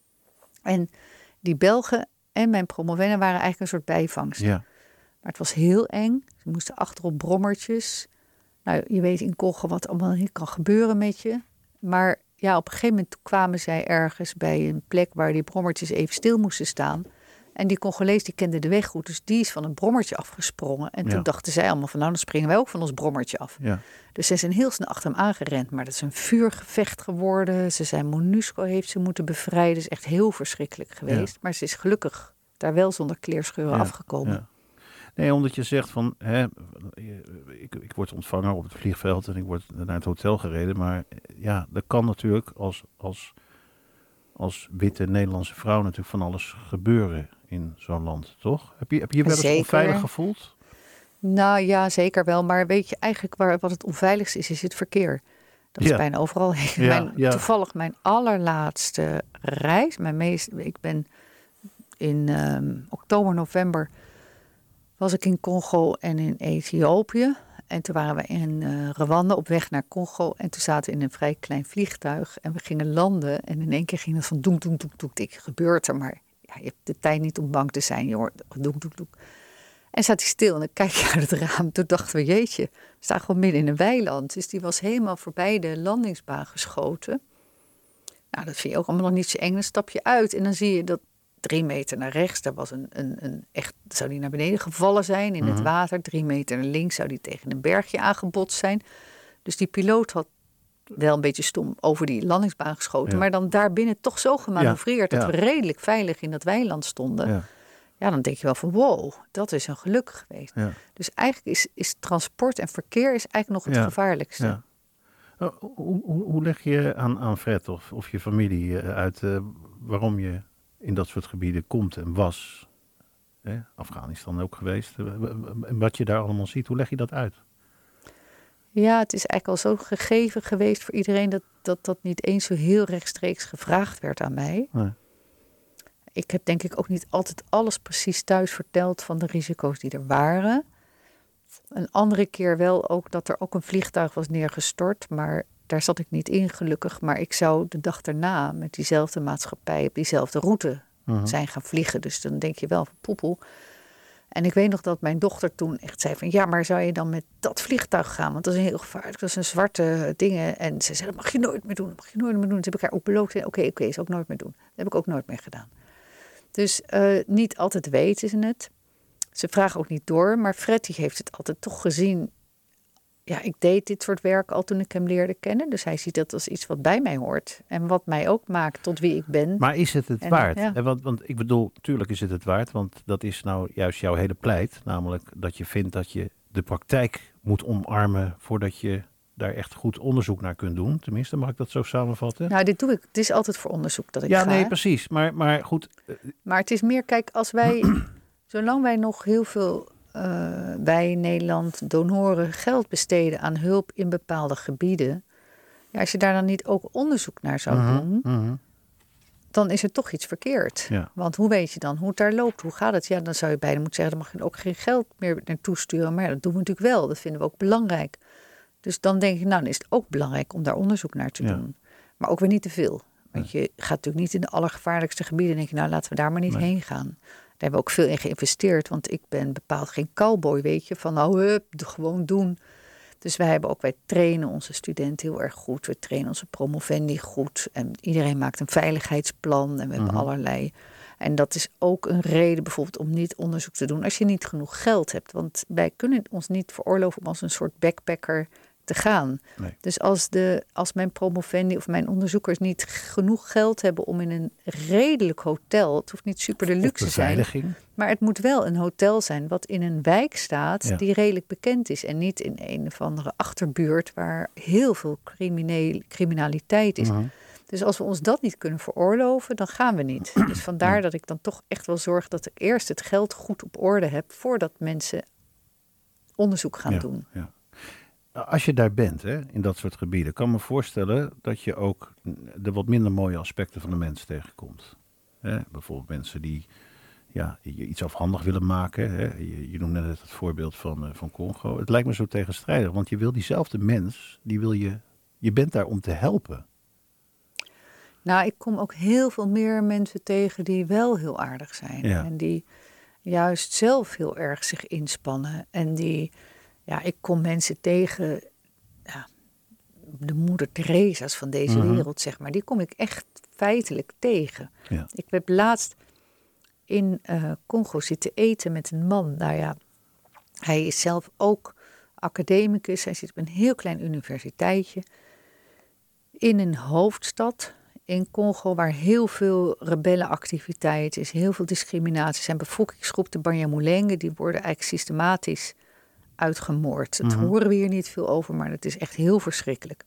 En die Belgen en mijn promovenden waren eigenlijk een soort bijvangst. Ja. Maar het was heel eng. Ze moesten achter op brommertjes. Nou, je weet in Congo wat allemaal niet kan gebeuren met je. Maar ja, op een gegeven moment kwamen zij ergens bij een plek waar die brommertjes even stil moesten staan. En die Congolees die kende de weg goed, dus die is van een brommertje afgesprongen. En toen ja. dachten zij allemaal van, nou dan springen wij ook van ons brommertje af. Ja. Dus zij zijn heel snel achter hem aangerend. Maar dat is een vuurgevecht geworden. Ze zijn MONUSCO heeft ze moeten bevrijden. Dat is echt heel verschrikkelijk geweest. Ja. Maar ze is gelukkig daar wel zonder kleerscheuren ja. afgekomen. Ja. Nee, omdat je zegt van, hè, ik, ik word ontvangen op het vliegveld en ik word naar het hotel gereden. Maar ja, dat kan natuurlijk als, als, als witte Nederlandse vrouw natuurlijk van alles gebeuren in zo'n land, toch? Heb je heb je je wel eens onveilig gevoeld? Nou ja, zeker wel. Maar weet je, eigenlijk waar, wat het onveiligste is, is het verkeer. Dat is ja. bijna overal. Ja, mijn, ja. Toevallig mijn allerlaatste reis. Mijn meest, ik ben in um, oktober, november was ik in Congo en in Ethiopië. En toen waren we in uh, Rwanda op weg naar Congo. En toen zaten we in een vrij klein vliegtuig. En we gingen landen. En in één keer ging het van doek, doek, doek, doek. Ik gebeurt er, maar ja, je hebt de tijd niet om bang te zijn. Je hoort doek, doek, doek. En zat hij stil en dan kijk je uit het raam. Toen dachten we, jeetje, we staan gewoon midden in een weiland. Dus die was helemaal voorbij de landingsbaan geschoten. Nou, dat vind je ook allemaal nog niet zo eng. Dan stap je uit en dan zie je dat drie meter naar rechts, daar was een, een, een echt, zou die naar beneden gevallen zijn in mm-hmm. het water. Drie meter naar links zou die tegen een bergje aangebotst zijn. Dus die piloot had wel een beetje stom over die landingsbaan geschoten. Ja. Maar dan daarbinnen toch zo gemanoeuvreerd ja. dat ja. we redelijk veilig in dat weiland stonden. Ja. Ja, dan denk je wel van wow, dat is een geluk geweest. Ja. Dus eigenlijk is, is transport en verkeer is eigenlijk nog het ja. gevaarlijkste. Ja. Uh, hoe, hoe, hoe leg je aan, aan Fred of, of je familie uh, uit uh, waarom je in dat soort gebieden komt en was? Hè? Afghanistan ook geweest. En wat je daar allemaal ziet, hoe leg je dat uit? Ja, het is eigenlijk al zo gegeven geweest voor iedereen dat dat, dat niet eens zo heel rechtstreeks gevraagd werd aan mij. Nee. Ik heb denk ik ook niet altijd alles precies thuis verteld van de risico's die er waren. Een andere keer wel ook dat er ook een vliegtuig was neergestort, maar daar zat ik niet in gelukkig. Maar ik zou de dag daarna met diezelfde maatschappij op diezelfde route uh-huh. zijn gaan vliegen. Dus dan denk je wel van poepel. En ik weet nog dat mijn dochter toen echt zei van ja, maar zou je dan met dat vliegtuig gaan? Want dat is een heel gevaarlijk, dat is een zwarte dingen. En ze zei dat mag je nooit meer doen, dat mag je nooit meer doen. Toen heb ik haar ook beloofd, oké, oké, okay, is ook nooit meer doen. Dat heb ik ook nooit meer gedaan. Dus uh, niet altijd weten ze het. Ze vragen ook niet door, maar Fred die heeft het altijd toch gezien. Ja, ik deed dit soort werk al toen ik hem leerde kennen. Dus hij ziet dat als iets wat bij mij hoort. En wat mij ook maakt tot wie ik ben. Maar is het het en, waard? Ja. Want, want ik bedoel, natuurlijk is het het waard. Want dat is nou juist jouw hele pleit. Namelijk dat je vindt dat je de praktijk moet omarmen voordat je daar echt goed onderzoek naar kunt doen. Tenminste, mag ik dat zo samenvatten? Nou, dit doe ik. Het is altijd voor onderzoek dat ik ja, ga. Ja, nee, precies. Maar, maar goed. Maar het is meer, kijk, als wij, zolang wij nog heel veel, uh, wij in Nederland, donoren geld besteden aan hulp in bepaalde gebieden, Ja, als je daar dan niet ook onderzoek naar zou uh-huh, doen... Uh-huh. dan is er toch iets verkeerd. Ja. Want hoe weet je dan hoe het daar loopt? Hoe gaat het? Ja, dan zou je bijna moeten zeggen... dan mag je ook geen geld meer naartoe sturen. Maar ja, dat doen we natuurlijk wel. Dat vinden we ook belangrijk. Dus dan denk ik, nou, dan is het ook belangrijk... om daar onderzoek naar te ja. doen. Maar ook weer niet te veel. Want je gaat natuurlijk niet in de allergevaarlijkste gebieden... en denk je, nou, laten we daar maar niet nee. heen gaan. Daar hebben we ook veel in geïnvesteerd. Want ik ben bepaald geen cowboy, weet je. Van, nou, hup, gewoon doen... Dus wij hebben ook, wij trainen onze studenten heel erg goed. We trainen onze promovendi goed. En iedereen maakt een veiligheidsplan. En we hebben uh-huh. allerlei. En dat is ook een reden bijvoorbeeld om niet onderzoek te doen als je niet genoeg geld hebt. Want wij kunnen ons niet veroorloven om als een soort backpacker te gaan. Nee. Dus als, de, als mijn promovendi of mijn onderzoekers niet genoeg geld hebben om in een redelijk hotel, het hoeft niet super de luxe te zijn, maar het moet wel een hotel zijn wat in een wijk staat ja. die redelijk bekend is en niet in een of andere achterbuurt waar heel veel criminaliteit is. Uh-huh. Dus als we ons dat niet kunnen veroorloven, dan gaan we niet. Dus vandaar ja. dat ik dan toch echt wel zorg dat ik eerst het geld goed op orde heb voordat mensen onderzoek gaan ja, doen. Ja. Als je daar bent, hè, in dat soort gebieden, kan me voorstellen dat je ook de wat minder mooie aspecten van de mens tegenkomt. Hè, bijvoorbeeld mensen die ja, je iets afhandig willen maken. Hè. Je, je noemde net het voorbeeld van, uh, van Congo. Het lijkt me zo tegenstrijdig, want je wil diezelfde mens, die wil je, je bent daar om te helpen. Nou, ik kom ook heel veel meer mensen tegen die wel heel aardig zijn. Ja. En die juist zelf heel erg zich inspannen. En die, ja, ik kom mensen tegen, ja, de moeder Theresa's van deze uh-huh. wereld, zeg maar. Die kom ik echt feitelijk tegen. Ja. Ik heb laatst in uh, Congo zitten eten met een man. Nou ja, hij is zelf ook academicus. Hij zit op een heel klein universiteitje in een hoofdstad in Congo, waar heel veel rebellenactiviteit is, heel veel discriminatie. Zijn bevolkingsgroep, de Banyamulenge, die worden eigenlijk systematisch uitgemoord. Dat uh-huh. horen we hier niet veel over, maar het is echt heel verschrikkelijk.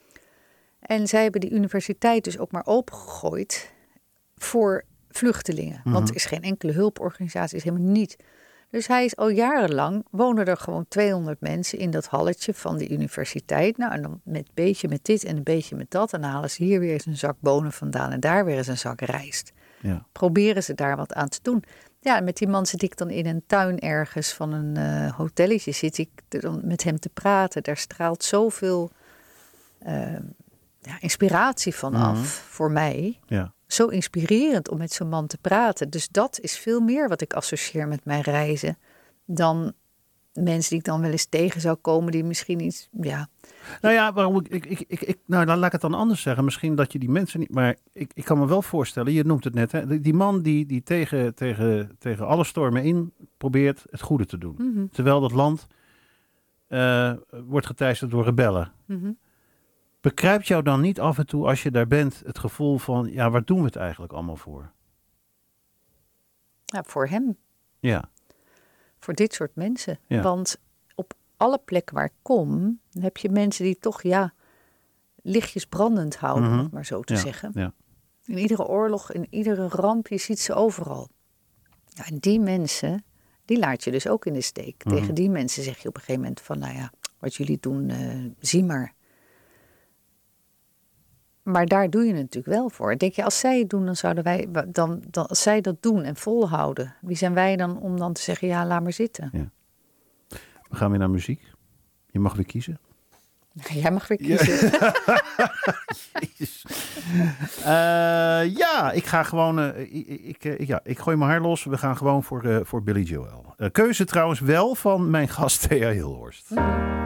En zij hebben die universiteit dus ook maar opengegooid voor vluchtelingen. Uh-huh. Want er is geen enkele hulporganisatie, is helemaal niet. Dus hij is al jarenlang, wonen er gewoon tweehonderd mensen in dat halletje van die universiteit. Nou, en dan met beetje met dit en een beetje met dat. En dan halen ze hier weer eens een zak bonen vandaan en daar weer eens een zak rijst. Ja. Proberen ze daar wat aan te doen. Ja, met die man zit ik dan in een tuin ergens van een uh, hotelletje. Zit ik dan met hem te praten. Daar straalt zoveel uh, ja, inspiratie van af mm-hmm. voor mij. Ja. Zo inspirerend om met zo'n man te praten. Dus dat is veel meer wat ik associeer met mijn reizen dan mensen die ik dan wel eens tegen zou komen die misschien iets, ja. Nou ja, waarom ik, ik, ik, ik, nou dan laat ik het dan anders zeggen. Misschien dat je die mensen niet, maar ik, ik kan me wel voorstellen, je noemt het net, hè, die, die man die, die tegen, tegen, tegen alle stormen in probeert het goede te doen. Mm-hmm. Terwijl dat land uh, wordt geteisterd door rebellen. Mm-hmm. Bekruipt jou dan niet af en toe, als je daar bent, het gevoel van, ja, waar doen we het eigenlijk allemaal voor? Ja, voor hem. Ja. Voor dit soort mensen. Ja. Want op alle plekken waar ik kom, heb je mensen die toch, ja, lichtjes brandend houden, mm-hmm. om het maar zo te ja. zeggen. Ja. In iedere oorlog, in iedere ramp, je ziet ze overal. Ja, en die mensen, die laat je dus ook in de steek. Mm-hmm. Tegen die mensen zeg je op een gegeven moment van, nou ja, wat jullie doen, uh, zie maar. Maar daar doe je het natuurlijk wel voor. Denk je, als zij het doen, dan zouden wij, dan, dan, als zij dat doen en volhouden, wie zijn wij dan om dan te zeggen, ja, laat maar zitten. Ja. We gaan weer naar muziek. Je mag weer kiezen. Jij mag weer kiezen. Ja, uh, ja ik ga gewoon, uh, ik, ik, uh, ja, ik gooi mijn haar los. We gaan gewoon voor, uh, voor Billy Joel. Uh, keuze trouwens wel van mijn gast Thea Hilhorst. Mm.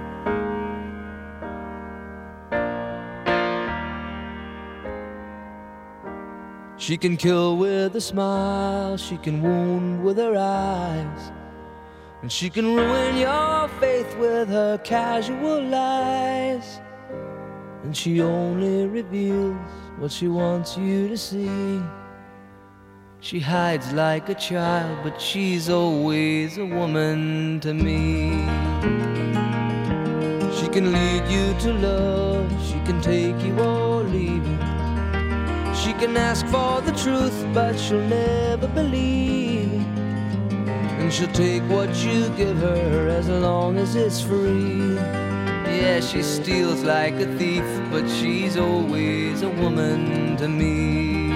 She can kill with a smile, she can wound with her eyes, and she can ruin your faith with her casual lies. And she only reveals what she wants you to see. She hides like a child, but she's always a woman to me. She can lead you to love, she can take you or leave you. She can ask for the truth, but she'll never believe. And she'll take what you give her as long as it's free. yeah, she steals like a thief, but she's always a woman to me.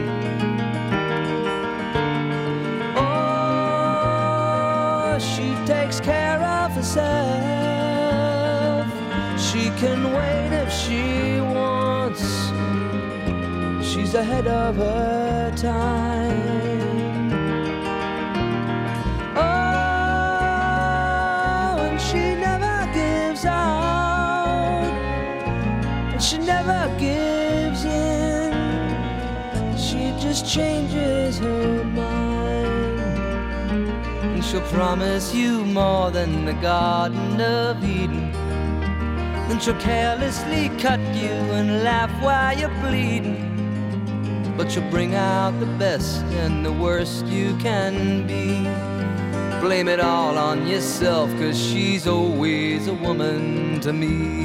Oh, she takes care of herself. She can wait if she wants. She's ahead of her time. She never gives in. She just changes her mind. And she'll promise you more than the Garden of Eden. Then she'll carelessly cut you and laugh while you're bleeding. But she'll bring out the best and the worst you can be. Blame it all on yourself, 'cause she's always a woman to me.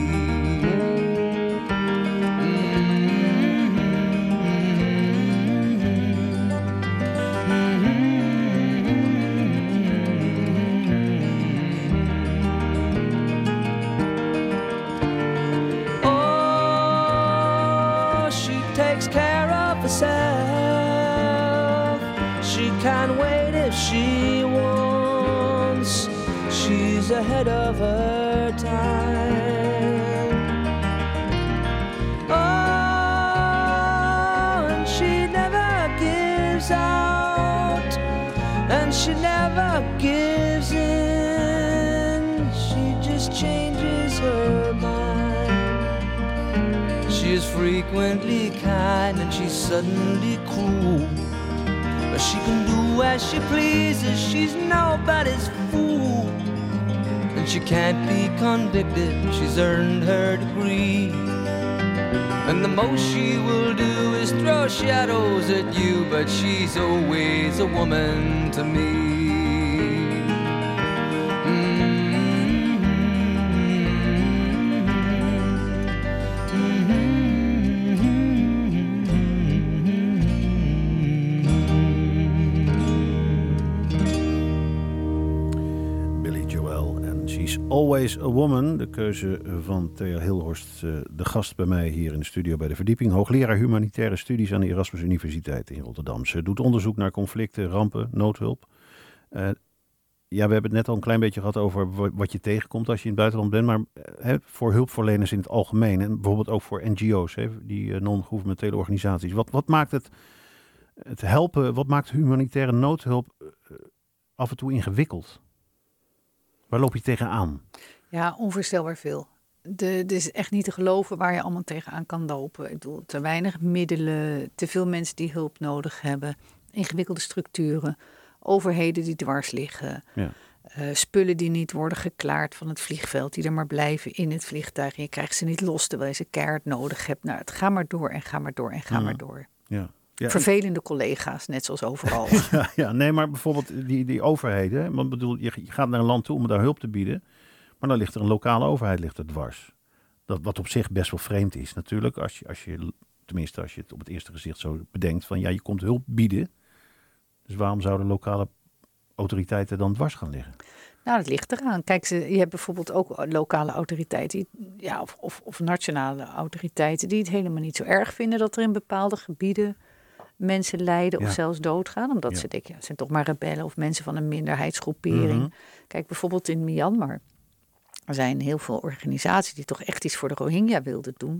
She wants, she's ahead of her time. Oh, and she never gives out, and she never gives in. She just changes her mind. She is frequently kind and she's suddenly cruel. She can do as she pleases, she's nobody's fool. And she can't be convicted, she's earned her degree. And the most she will do is throw shadows at you, but she's always a woman to me. Always a Woman, de keuze van Thea Hilhorst, de gast bij mij hier in de studio bij De Verdieping. Hoogleraar humanitaire studies aan de Erasmus Universiteit in Rotterdam. Ze doet onderzoek naar conflicten, rampen, noodhulp. Uh, ja, we hebben het net al een klein beetje gehad over wat je tegenkomt als je in het buitenland bent. Maar he, voor hulpverleners in het algemeen en bijvoorbeeld ook voor N G O's, he, die uh, non-governementele organisaties. Wat, wat maakt het, het helpen, wat maakt humanitaire noodhulp uh, af en toe ingewikkeld? Waar loop je tegenaan? Ja, onvoorstelbaar veel. Het is echt niet te geloven waar je allemaal tegenaan kan lopen. Ik bedoel, te weinig middelen, te veel mensen die hulp nodig hebben, ingewikkelde structuren, overheden die dwars liggen, ja. uh, spullen die niet worden geklaard van het vliegveld, die er maar blijven in het vliegtuig. En je krijgt ze niet los terwijl je ze keihard nodig hebt. Nou, het gaat maar door en ga maar door en ga ja. maar door. Ja. Ja, vervelende collega's, net zoals overal. ja, ja, nee, maar bijvoorbeeld die, die overheden. Want bedoel, je, je gaat naar een land toe om daar hulp te bieden. Maar dan ligt er een lokale overheid ligt er dwars. Dat, wat op zich best wel vreemd is natuurlijk. Als je, als je, tenminste, als je het op het eerste gezicht zo bedenkt. Van ja, je komt hulp bieden. Dus waarom zouden lokale autoriteiten dan dwars gaan liggen? Nou, dat ligt eraan. Kijk, ze, je hebt bijvoorbeeld ook lokale autoriteiten, ja, of, of, of nationale autoriteiten, die het helemaal niet zo erg vinden dat er in bepaalde gebieden mensen lijden of ja. zelfs doodgaan. Omdat ja. ze denken, ja, het zijn toch maar rebellen of mensen van een minderheidsgroepering. Mm-hmm. Kijk, bijvoorbeeld in Myanmar. Er zijn heel veel organisaties die toch echt iets voor de Rohingya wilden doen.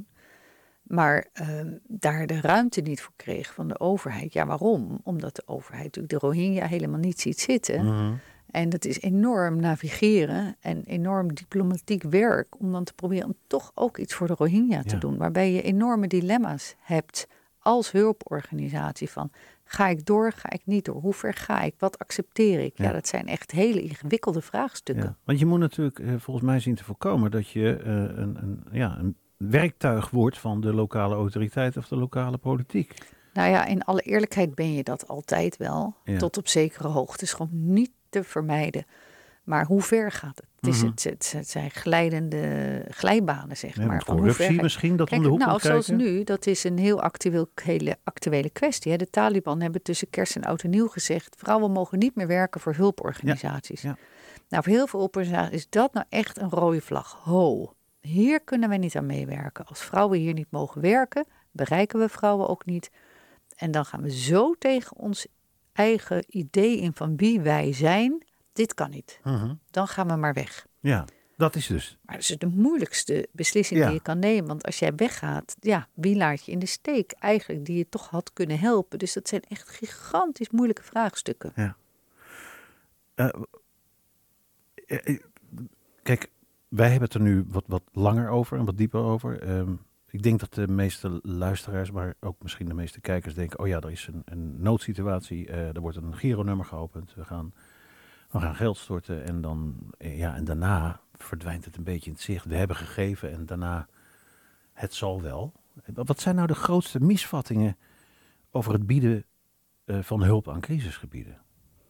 Maar uh, daar de ruimte niet voor kreeg van de overheid. Ja, waarom? Omdat de overheid natuurlijk de Rohingya helemaal niet ziet zitten. Mm-hmm. En dat is enorm navigeren en enorm diplomatiek werk om dan te proberen om toch ook iets voor de Rohingya te ja. doen. Waarbij je enorme dilemma's hebt als hulporganisatie van ga ik door, ga ik niet door? Hoe ver ga ik? Wat accepteer ik? Ja, ja dat zijn echt hele ingewikkelde vraagstukken. Ja. Want je moet natuurlijk uh, volgens mij zien te voorkomen dat je uh, een, een, ja, een werktuig wordt van de lokale autoriteit of de lokale politiek. Nou ja, in alle eerlijkheid ben je dat altijd wel. Ja. Tot op zekere hoogte. is gewoon niet te vermijden. Maar hoe ver gaat het? Het, is, mm-hmm. het, het, het zijn glijdende glijbanen, zeg ja, maar. Van corruptie ver... misschien, dat Kijk, om de hoek nou, komt kijken? Zoals nu, dat is een heel actueel, hele actuele kwestie. Hè. De Taliban hebben tussen kerst en oud en nieuw gezegd, vrouwen mogen niet meer werken voor hulporganisaties. Ja, ja. Nou, voor heel veel hulporganisaties is dat nou echt een rode vlag. Ho, hier kunnen wij niet aan meewerken. Als vrouwen hier niet mogen werken, bereiken we vrouwen ook niet. En dan gaan we zo tegen ons eigen idee in van wie wij zijn. Dit kan niet. Uh-huh. Dan gaan we maar weg. Ja, dat is dus. Maar dat is de moeilijkste beslissing Ja. die je kan nemen. Want als jij weggaat, ja, wie laat je in de steek? Eigenlijk die je toch had kunnen helpen. Dus dat zijn echt gigantisch moeilijke vraagstukken. Ja. Uh, uh, kijk, wij hebben het er nu wat, wat langer over en wat dieper over. Um, ik denk dat de meeste luisteraars, maar ook misschien de meeste kijkers denken... oh ja, er is een, een noodsituatie, uh, er wordt een gironummer geopend. We gaan, we gaan geld storten en, dan, uh, ja, en daarna verdwijnt het een beetje in het zicht. We hebben gegeven en daarna het zal wel. Wat zijn nou de grootste misvattingen over het bieden uh, van hulp aan crisisgebieden?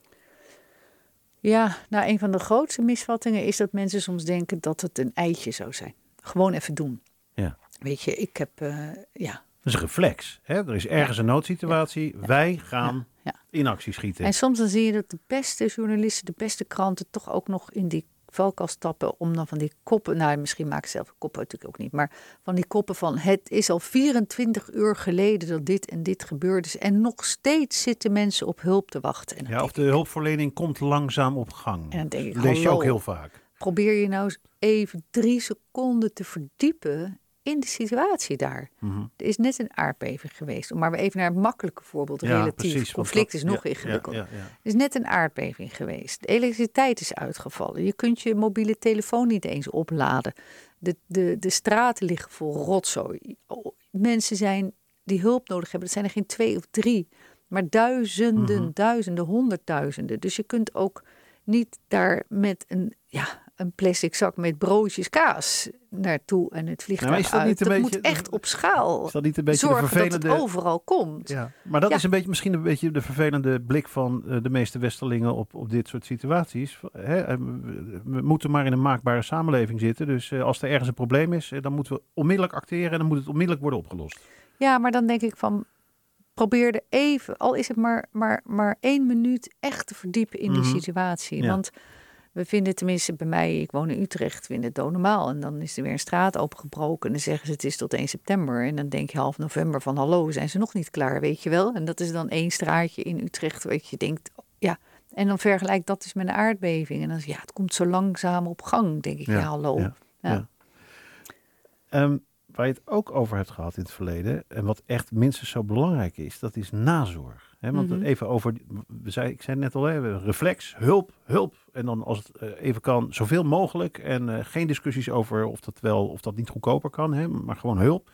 Ja, nou een van de grootste misvattingen is dat mensen soms denken dat het een eitje zou zijn. Gewoon even doen. Ja. Weet je, ik heb, uh, ja. Dat is een reflex. Hè? Er is ergens een noodsituatie. Ja. Wij gaan ja. Ja. in actie schieten. En soms dan zie je dat de beste journalisten, de beste kranten toch ook nog in die valkuil tappen om dan van die koppen, nou misschien maak ik zelf koppen natuurlijk ook niet, maar van die koppen van het is al vierentwintig uur geleden dat dit en dit gebeurd is en nog steeds zitten mensen op hulp te wachten. En ja, of de ik, hulpverlening komt langzaam op gang. En dan denk ik, dat lees je hallo, ook heel vaak. Probeer je nou eens even drie seconden te verdiepen in de situatie daar. Mm-hmm. Er is net een aardbeving geweest. Om maar even naar een makkelijke voorbeeld. Ja, relatief. Precies, conflict dat, is nog ja, ingewikkeld. Ja, ja, ja. Er is net een aardbeving geweest. De elektriciteit is uitgevallen. Je kunt je mobiele telefoon niet eens opladen. De, de, de straten liggen vol rotzooi. Mensen zijn die hulp nodig hebben. Dat zijn er geen twee of drie. Maar duizenden, mm-hmm. duizenden, honderdduizenden. Dus je kunt ook niet daar met een... ja. een plastic zak met broodjes kaas naartoe en het vliegtuig nou, uit. Niet dat beetje, moet echt op schaal is dat niet een beetje zorgen de vervelende... dat het overal komt. Ja, maar dat ja. is een beetje, misschien een beetje de vervelende blik van uh, de meeste Westerlingen op, op dit soort situaties. Hè? We, we moeten maar in een maakbare samenleving zitten. Dus uh, als er ergens een probleem is, uh, dan moeten we onmiddellijk acteren en dan moet het onmiddellijk worden opgelost. Ja, maar dan denk ik van... probeer er even, al is het maar, maar, maar één minuut, echt te verdiepen in die mm-hmm. situatie. Ja. Want... we vinden tenminste bij mij, ik woon in Utrecht, vinden het doodnormaal. En dan is er weer een straat opengebroken en dan zeggen ze het is tot één september. En dan denk je half november van hallo, zijn ze nog niet klaar, weet je wel. En dat is dan één straatje in Utrecht, weet je, denkt, ja. En dan vergelijk dat dus met een aardbeving. En dan ja, het komt zo langzaam op gang, denk ik, ja, ja hallo. Ja, ja. Ja. Um, waar je het ook over hebt gehad in het verleden, en wat echt minstens zo belangrijk is, dat is nazorg. He, want mm-hmm. even over, we zei, ik zei net al, hè, reflex, hulp, hulp. En dan als het uh, even kan, zoveel mogelijk. En uh, geen discussies over of dat wel of dat niet goedkoper kan, hè, maar gewoon hulp.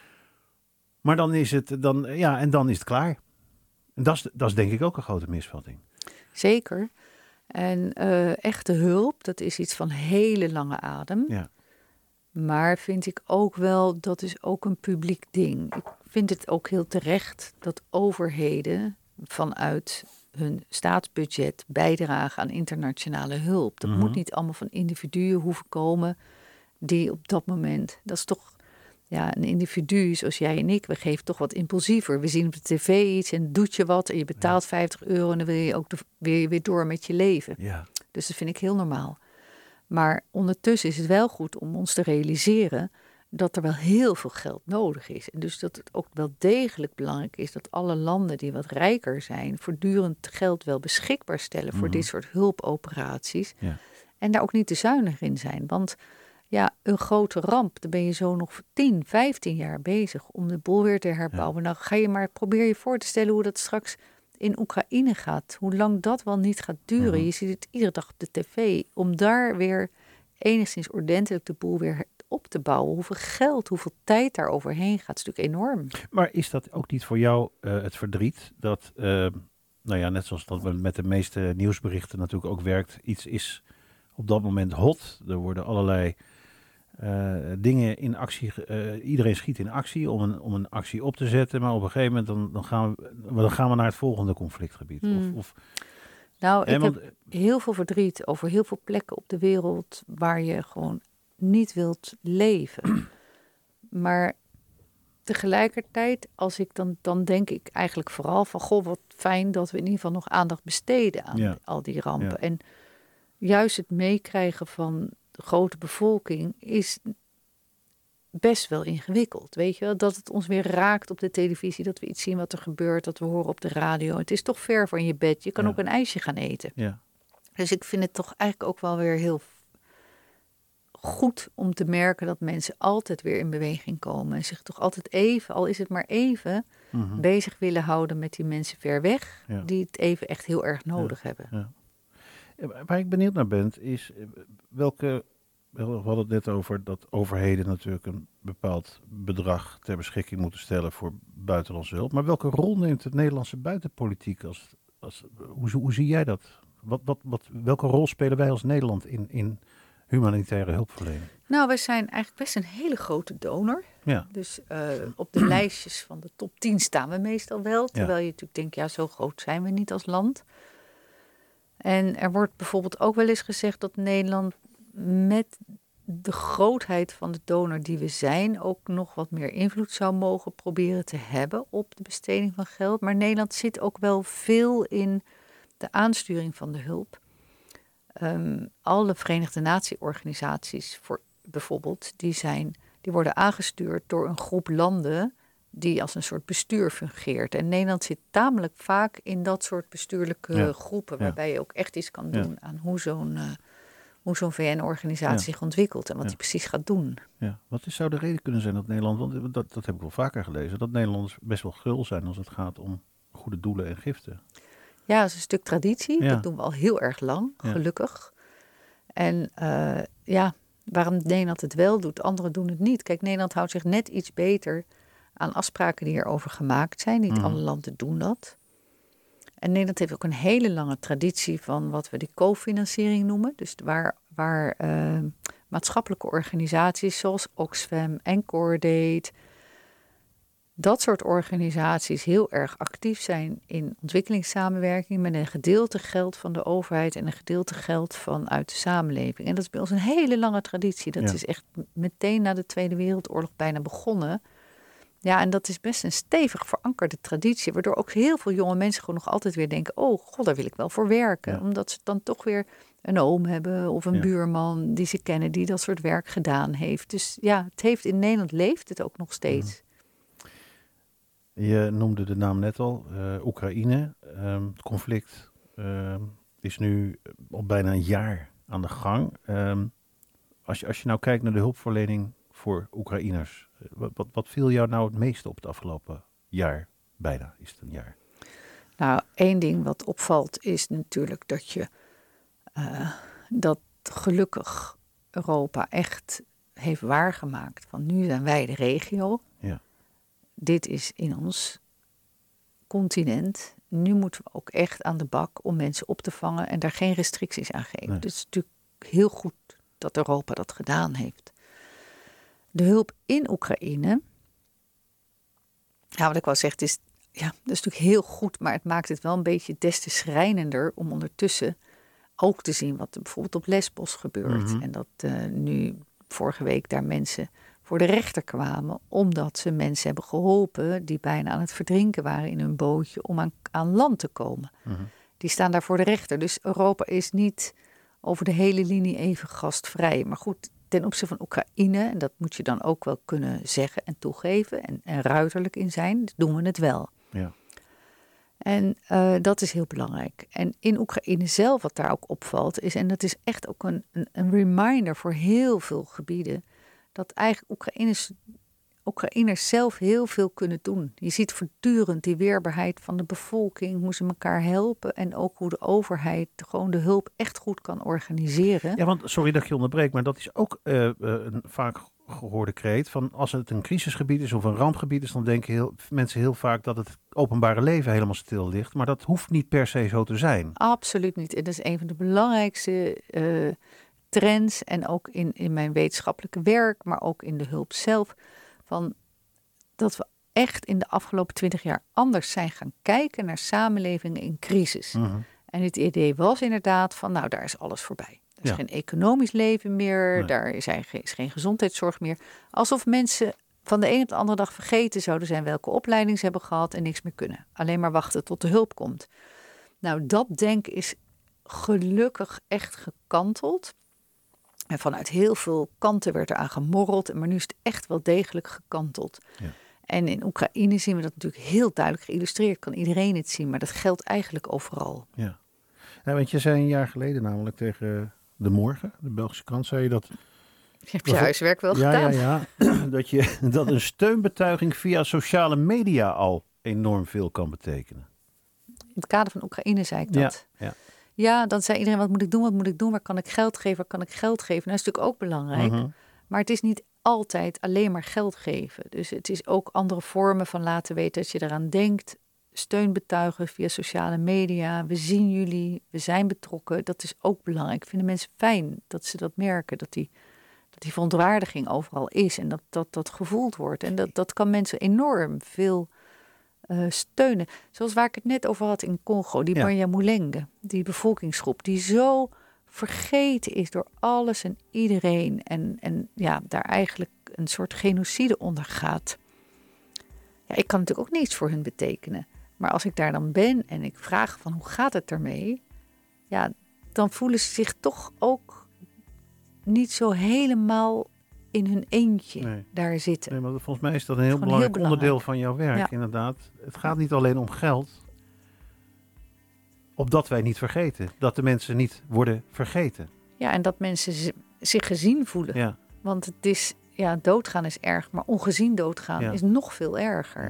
Maar dan is het, dan, ja, en dan is het klaar. En dat is, dat is denk ik ook een grote misvatting. Zeker. En uh, echte hulp, dat is iets van hele lange adem. Ja. Maar vind ik ook wel, dat is ook een publiek ding. Ik vind het ook heel terecht dat overheden vanuit hun staatsbudget bijdragen aan internationale hulp. Dat mm-hmm. moet niet allemaal van individuen hoeven komen die op dat moment... dat is toch ja, een individu zoals jij en ik, we geven toch wat impulsiever. We zien op de tv iets en doet je wat en je betaalt ja. vijftig euro... en dan wil je ook de, weer, weer door met je leven. Ja. Dus dat vind ik heel normaal. Maar ondertussen is het wel goed om ons te realiseren dat er wel heel veel geld nodig is. En dus dat het ook wel degelijk belangrijk is dat alle landen die wat rijker zijn voortdurend geld wel beschikbaar stellen voor mm-hmm. dit soort hulpoperaties. Ja. En daar ook niet te zuinig in zijn. Want ja, een grote ramp, daar ben je zo nog tien, vijftien jaar bezig om de boel weer te herbouwen. Ja. Nou ga je maar, probeer je voor te stellen hoe dat straks in Oekraïne gaat. Hoe lang dat wel niet gaat duren. Mm-hmm. Je ziet het iedere dag op de tv. Om daar weer enigszins ordentelijk de boel weer op te bouwen. Hoeveel geld, hoeveel tijd daar overheen gaat. is natuurlijk enorm. Maar is dat ook niet voor jou uh, het verdriet dat, uh, nou ja, net zoals dat met de meeste nieuwsberichten natuurlijk ook werkt, iets is op dat moment hot. Er worden allerlei uh, dingen in actie, uh, iedereen schiet in actie om een, om een actie op te zetten, maar op een gegeven moment dan, dan, gaan, we, dan gaan we naar het volgende conflictgebied. Hmm. Of, of, nou, ik want, heb heel veel verdriet over heel veel plekken op de wereld waar je gewoon niet wilt leven. Maar tegelijkertijd, als ik dan, dan denk ik eigenlijk vooral van, goh, wat fijn dat we in ieder geval nog aandacht besteden aan ja. al die rampen. Ja. En juist het meekrijgen van de grote bevolking is best wel ingewikkeld. Weet je wel? Dat het ons weer raakt op de televisie, dat we iets zien wat er gebeurt, dat we horen op de radio. Het is toch ver van je bed. Je kan Ja. ook een ijsje gaan eten. Ja. Dus ik vind het toch eigenlijk ook wel weer heel goed om te merken dat mensen altijd weer in beweging komen. En zich toch altijd even, al is het maar even, Mhm. bezig willen houden met die mensen ver weg. Ja. Die het even echt heel erg nodig hebben. Ja. Waar ik benieuwd naar ben, is eh, welke... We hadden het net over dat overheden natuurlijk een bepaald bedrag ter beschikking moeten stellen voor buitenlandse hulp. Maar welke rol neemt het Nederlandse buitenpolitiek? Als, als, hoe, hoe zie jij dat? Wat, wat, wat, welke rol spelen wij als Nederland in, in humanitaire hulpverlening? Nou, wij zijn eigenlijk best een hele grote donor. Ja, Dus uh, op de lijstjes van de top tien staan we meestal wel. Terwijl je natuurlijk denkt, ja, zo groot zijn we niet als land. En er wordt bijvoorbeeld ook wel eens gezegd dat Nederland met de grootheid van de donor die we zijn ook nog wat meer invloed zou mogen proberen te hebben op de besteding van geld. Maar Nederland zit ook wel veel in de aansturing van de hulp. Um, alle Verenigde Natie-organisaties voor, bijvoorbeeld, die, zijn, die worden aangestuurd door een groep landen die als een soort bestuur fungeert. En Nederland zit tamelijk vaak in dat soort bestuurlijke Ja. groepen, Ja. waarbij je ook echt iets kan doen Ja. aan hoe zo'n, uh, hoe zo'n V N-organisatie Ja. zich ontwikkelt en wat Ja. die precies gaat doen. ja. Wat is, zou de reden kunnen zijn dat Nederland, want dat, dat heb ik wel vaker gelezen, dat Nederlanders best wel gul zijn als het gaat om goede doelen en giften. Ja, dat is een stuk traditie. Ja. Dat doen we al heel erg lang, Ja. gelukkig. En uh, ja, waarom Nederland het wel doet, anderen doen het niet. Kijk, Nederland houdt zich net iets beter aan afspraken die erover gemaakt zijn. Niet Mhm. alle landen doen dat. En Nederland heeft ook een hele lange traditie van wat we de cofinanciering noemen. Dus waar, waar uh, maatschappelijke organisaties zoals Oxfam en Cordate, dat soort organisaties heel erg actief zijn in ontwikkelingssamenwerking met een gedeelte geld van de overheid en een gedeelte geld vanuit de samenleving. En dat is bij ons een hele lange traditie. Dat Ja. is echt meteen na de Tweede Wereldoorlog bijna begonnen. Ja, en dat is best een stevig verankerde traditie, waardoor ook heel veel jonge mensen gewoon nog altijd weer denken, oh god, daar wil ik wel voor werken. Ja. Omdat ze dan toch weer een oom hebben of een Ja. buurman die ze kennen die dat soort werk gedaan heeft. Dus ja, het heeft in Nederland leeft het ook nog steeds. Je noemde de naam net al, uh, Oekraïne. Um, het conflict um, is nu al bijna een jaar aan de gang. Um, als, je, als je nou kijkt naar de hulpverlening voor Oekraïners, wat, wat, wat viel jou nou het meeste op het afgelopen jaar? Bijna is het een jaar. Nou, één ding wat opvalt is natuurlijk dat je uh, dat gelukkig Europa echt heeft waargemaakt van nu zijn wij de regio. Ja. Dit is in ons continent. Nu moeten we ook echt aan de bak om mensen op te vangen en daar geen restricties aan geven. Nee. Dus het is natuurlijk heel goed dat Europa dat gedaan heeft. De hulp in Oekraïne, ja, wat ik wel zeg, het is, ja, dat is natuurlijk heel goed, maar het maakt het wel een beetje des te schrijnender om ondertussen ook te zien wat er bijvoorbeeld op Lesbos gebeurt. Mm-hmm. En dat uh, nu vorige week daar mensen voor de rechter kwamen, omdat ze mensen hebben geholpen die bijna aan het verdrinken waren in hun bootje om aan, aan land te komen. Mm-hmm. Die staan daar voor de rechter. Dus Europa is niet over de hele linie even gastvrij. Maar goed, ten opzichte van Oekraïne, en dat moet je dan ook wel kunnen zeggen en toegeven en, en ruiterlijk in zijn, doen we het wel. Ja. En uh, dat is heel belangrijk. En in Oekraïne zelf, wat daar ook opvalt, is, en dat is echt ook een, een, een reminder voor heel veel gebieden, dat eigenlijk Oekraïners, Oekraïners zelf heel veel kunnen doen. Je ziet voortdurend die weerbaarheid van de bevolking, hoe ze elkaar helpen en ook hoe de overheid gewoon de hulp echt goed kan organiseren. Ja, want sorry dat ik je onderbreek, maar dat is ook uh, uh, een vaak gehoorde kreet van als het een crisisgebied is of een rampgebied is, dan denken heel, mensen heel vaak dat het openbare leven helemaal stil ligt. Maar dat hoeft niet per se zo te zijn. Absoluut niet. En dat is een van de belangrijkste uh, trends en ook in, in mijn wetenschappelijke werk, maar ook in de hulp zelf, van dat we echt in de afgelopen twintig jaar anders zijn gaan kijken naar samenlevingen in crisis. Mm-hmm. En het idee was inderdaad van, nou, daar is alles voorbij. Er is Ja. geen economisch leven meer, Nee. daar is, is geen gezondheidszorg meer. Alsof mensen van de een op de andere dag vergeten zouden zijn welke opleiding ze hebben gehad en niks meer kunnen. Alleen maar wachten tot de hulp komt. Nou, dat denken is gelukkig echt gekanteld. En vanuit heel veel kanten werd er aan gemorreld. Maar nu is het echt wel degelijk gekanteld. Ja. En in Oekraïne zien we dat natuurlijk heel duidelijk geïllustreerd. Kan iedereen het zien, maar dat geldt eigenlijk overal. Ja. Nou, want je zei een jaar geleden namelijk tegen De Morgen, de Belgische krant, zei je dat... Je hebt je huiswerk wel ja, gedaan. Ja, ja, dat, je, dat een steunbetuiging via sociale media al enorm veel kan betekenen. In het kader van Oekraïne zei ik dat. Ja, ja. Ja, dan zei iedereen, wat moet ik doen, wat moet ik doen? Waar kan ik geld geven, waar kan ik geld geven? Nou, dat is natuurlijk ook belangrijk. Uh-huh. Maar het is niet altijd alleen maar geld geven. Dus het is ook andere vormen van laten weten dat je eraan denkt. Steun betuigen via sociale media. We zien jullie, we zijn betrokken. Dat is ook belangrijk. Vinden mensen fijn dat ze dat merken. Dat die, dat die verontwaardiging overal is. En dat dat, dat gevoeld wordt. En dat, dat kan mensen enorm veel uh, steunen. Zoals waar ik het net over had in Congo. Die Ja. Banyamulenge. Die bevolkingsgroep die zo vergeten is door alles en iedereen. En, en ja, daar eigenlijk een soort genocide onder gaat. Ja, ik kan natuurlijk ook niets voor hun betekenen. Maar als ik daar dan ben en ik vraag van hoe gaat het ermee? Ja, dan voelen ze zich toch ook niet zo helemaal in hun eentje Nee. daar zitten. Nee, maar volgens mij is dat een heel Gewoon belangrijk, heel belangrijk. onderdeel van jouw werk, Ja. inderdaad. Het gaat niet alleen om geld, opdat wij niet vergeten. Dat de mensen niet worden vergeten. Ja, en dat mensen z- zich gezien voelen. Ja. Want het is, ja, doodgaan is erg, maar ongezien doodgaan Ja. is nog veel erger.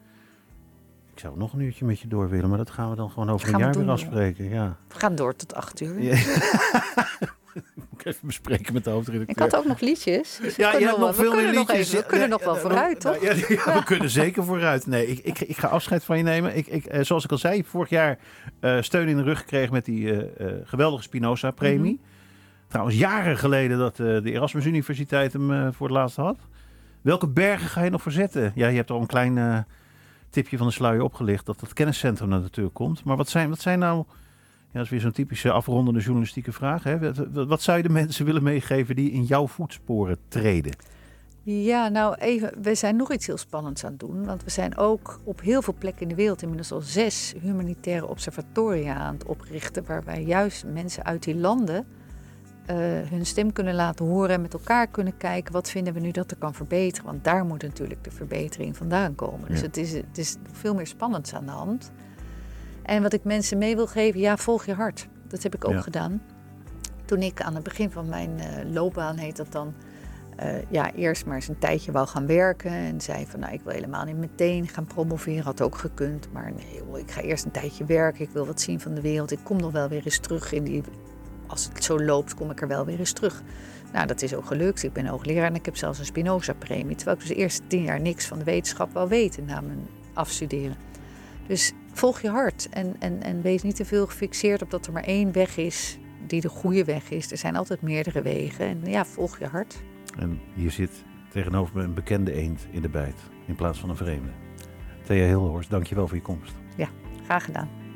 Ik zou nog een uurtje met je door willen, maar dat gaan we dan gewoon over Gaan een we jaar doen, weer ja. afspreken. Ja. We gaan door tot acht uur. Ja. Moet ik even bespreken met de hoofdredacteur. Ik had ook nog liedjes. Dus we Ja, je kunnen hebt nog nog wel- veel we meer kunnen nog liedjes. even- We kunnen Ja, nog wel ja, vooruit, nou, toch? Ja, ja, we kunnen zeker vooruit. Nee, ik, ik, ik ga afscheid van je nemen. Ik, ik, eh, zoals ik al zei, vorig jaar uh, steun in de rug gekregen met die uh, uh, geweldige Spinoza-premie. Mm-hmm. Trouwens, jaren geleden dat uh, de Erasmus Universiteit hem uh, voor het laatst had. Welke bergen ga je nog verzetten? Ja, je hebt al een klein uh, tipje van de sluier opgelicht dat het kenniscentrum naar natuurlijk komt. Maar wat zijn, wat zijn nou... Ja, dat is weer zo'n typische afrondende journalistieke vraag. Hè? Wat, wat zou je de mensen willen meegeven die in jouw voetsporen treden? Ja, nou even, we zijn nog iets heel spannends aan het doen. Want we zijn ook op heel veel plekken in de wereld inmiddels al zes humanitaire observatoria aan het oprichten. Waarbij juist mensen uit die landen uh, hun stem kunnen laten horen en met elkaar kunnen kijken. Wat vinden we nu dat er kan verbeteren? Want daar moet natuurlijk de verbetering vandaan komen. Dus Ja. het is, het is veel meer spannends aan de hand. En wat ik mensen mee wil geven, ja, volg je hart. Dat heb ik ook Ja. gedaan. Toen ik aan het begin van mijn uh, loopbaan, heet dat dan, uh, ja, eerst maar eens een tijdje wou gaan werken. En zei van, nou, ik wil helemaal niet meteen gaan promoveren. Had ook gekund, maar nee, joh, ik ga eerst een tijdje werken. Ik wil wat zien van de wereld. Ik kom nog wel weer eens terug in die... Als het zo loopt, kom ik er wel weer eens terug. Nou, dat is ook gelukt. Ik ben hoogleraar en ik heb zelfs een Spinoza-premie. Terwijl ik dus de eerste tien jaar niks van de wetenschap wou weten na mijn afstuderen. Dus volg je hart en, en, en wees niet te veel gefixeerd op dat er maar één weg is die de goede weg is. Er zijn altijd meerdere wegen en ja, volg je hart. En hier zit tegenover me een bekende eend in de bijt in plaats van een vreemde. Thea Hilhorst, dank je wel voor je komst. Ja, graag gedaan.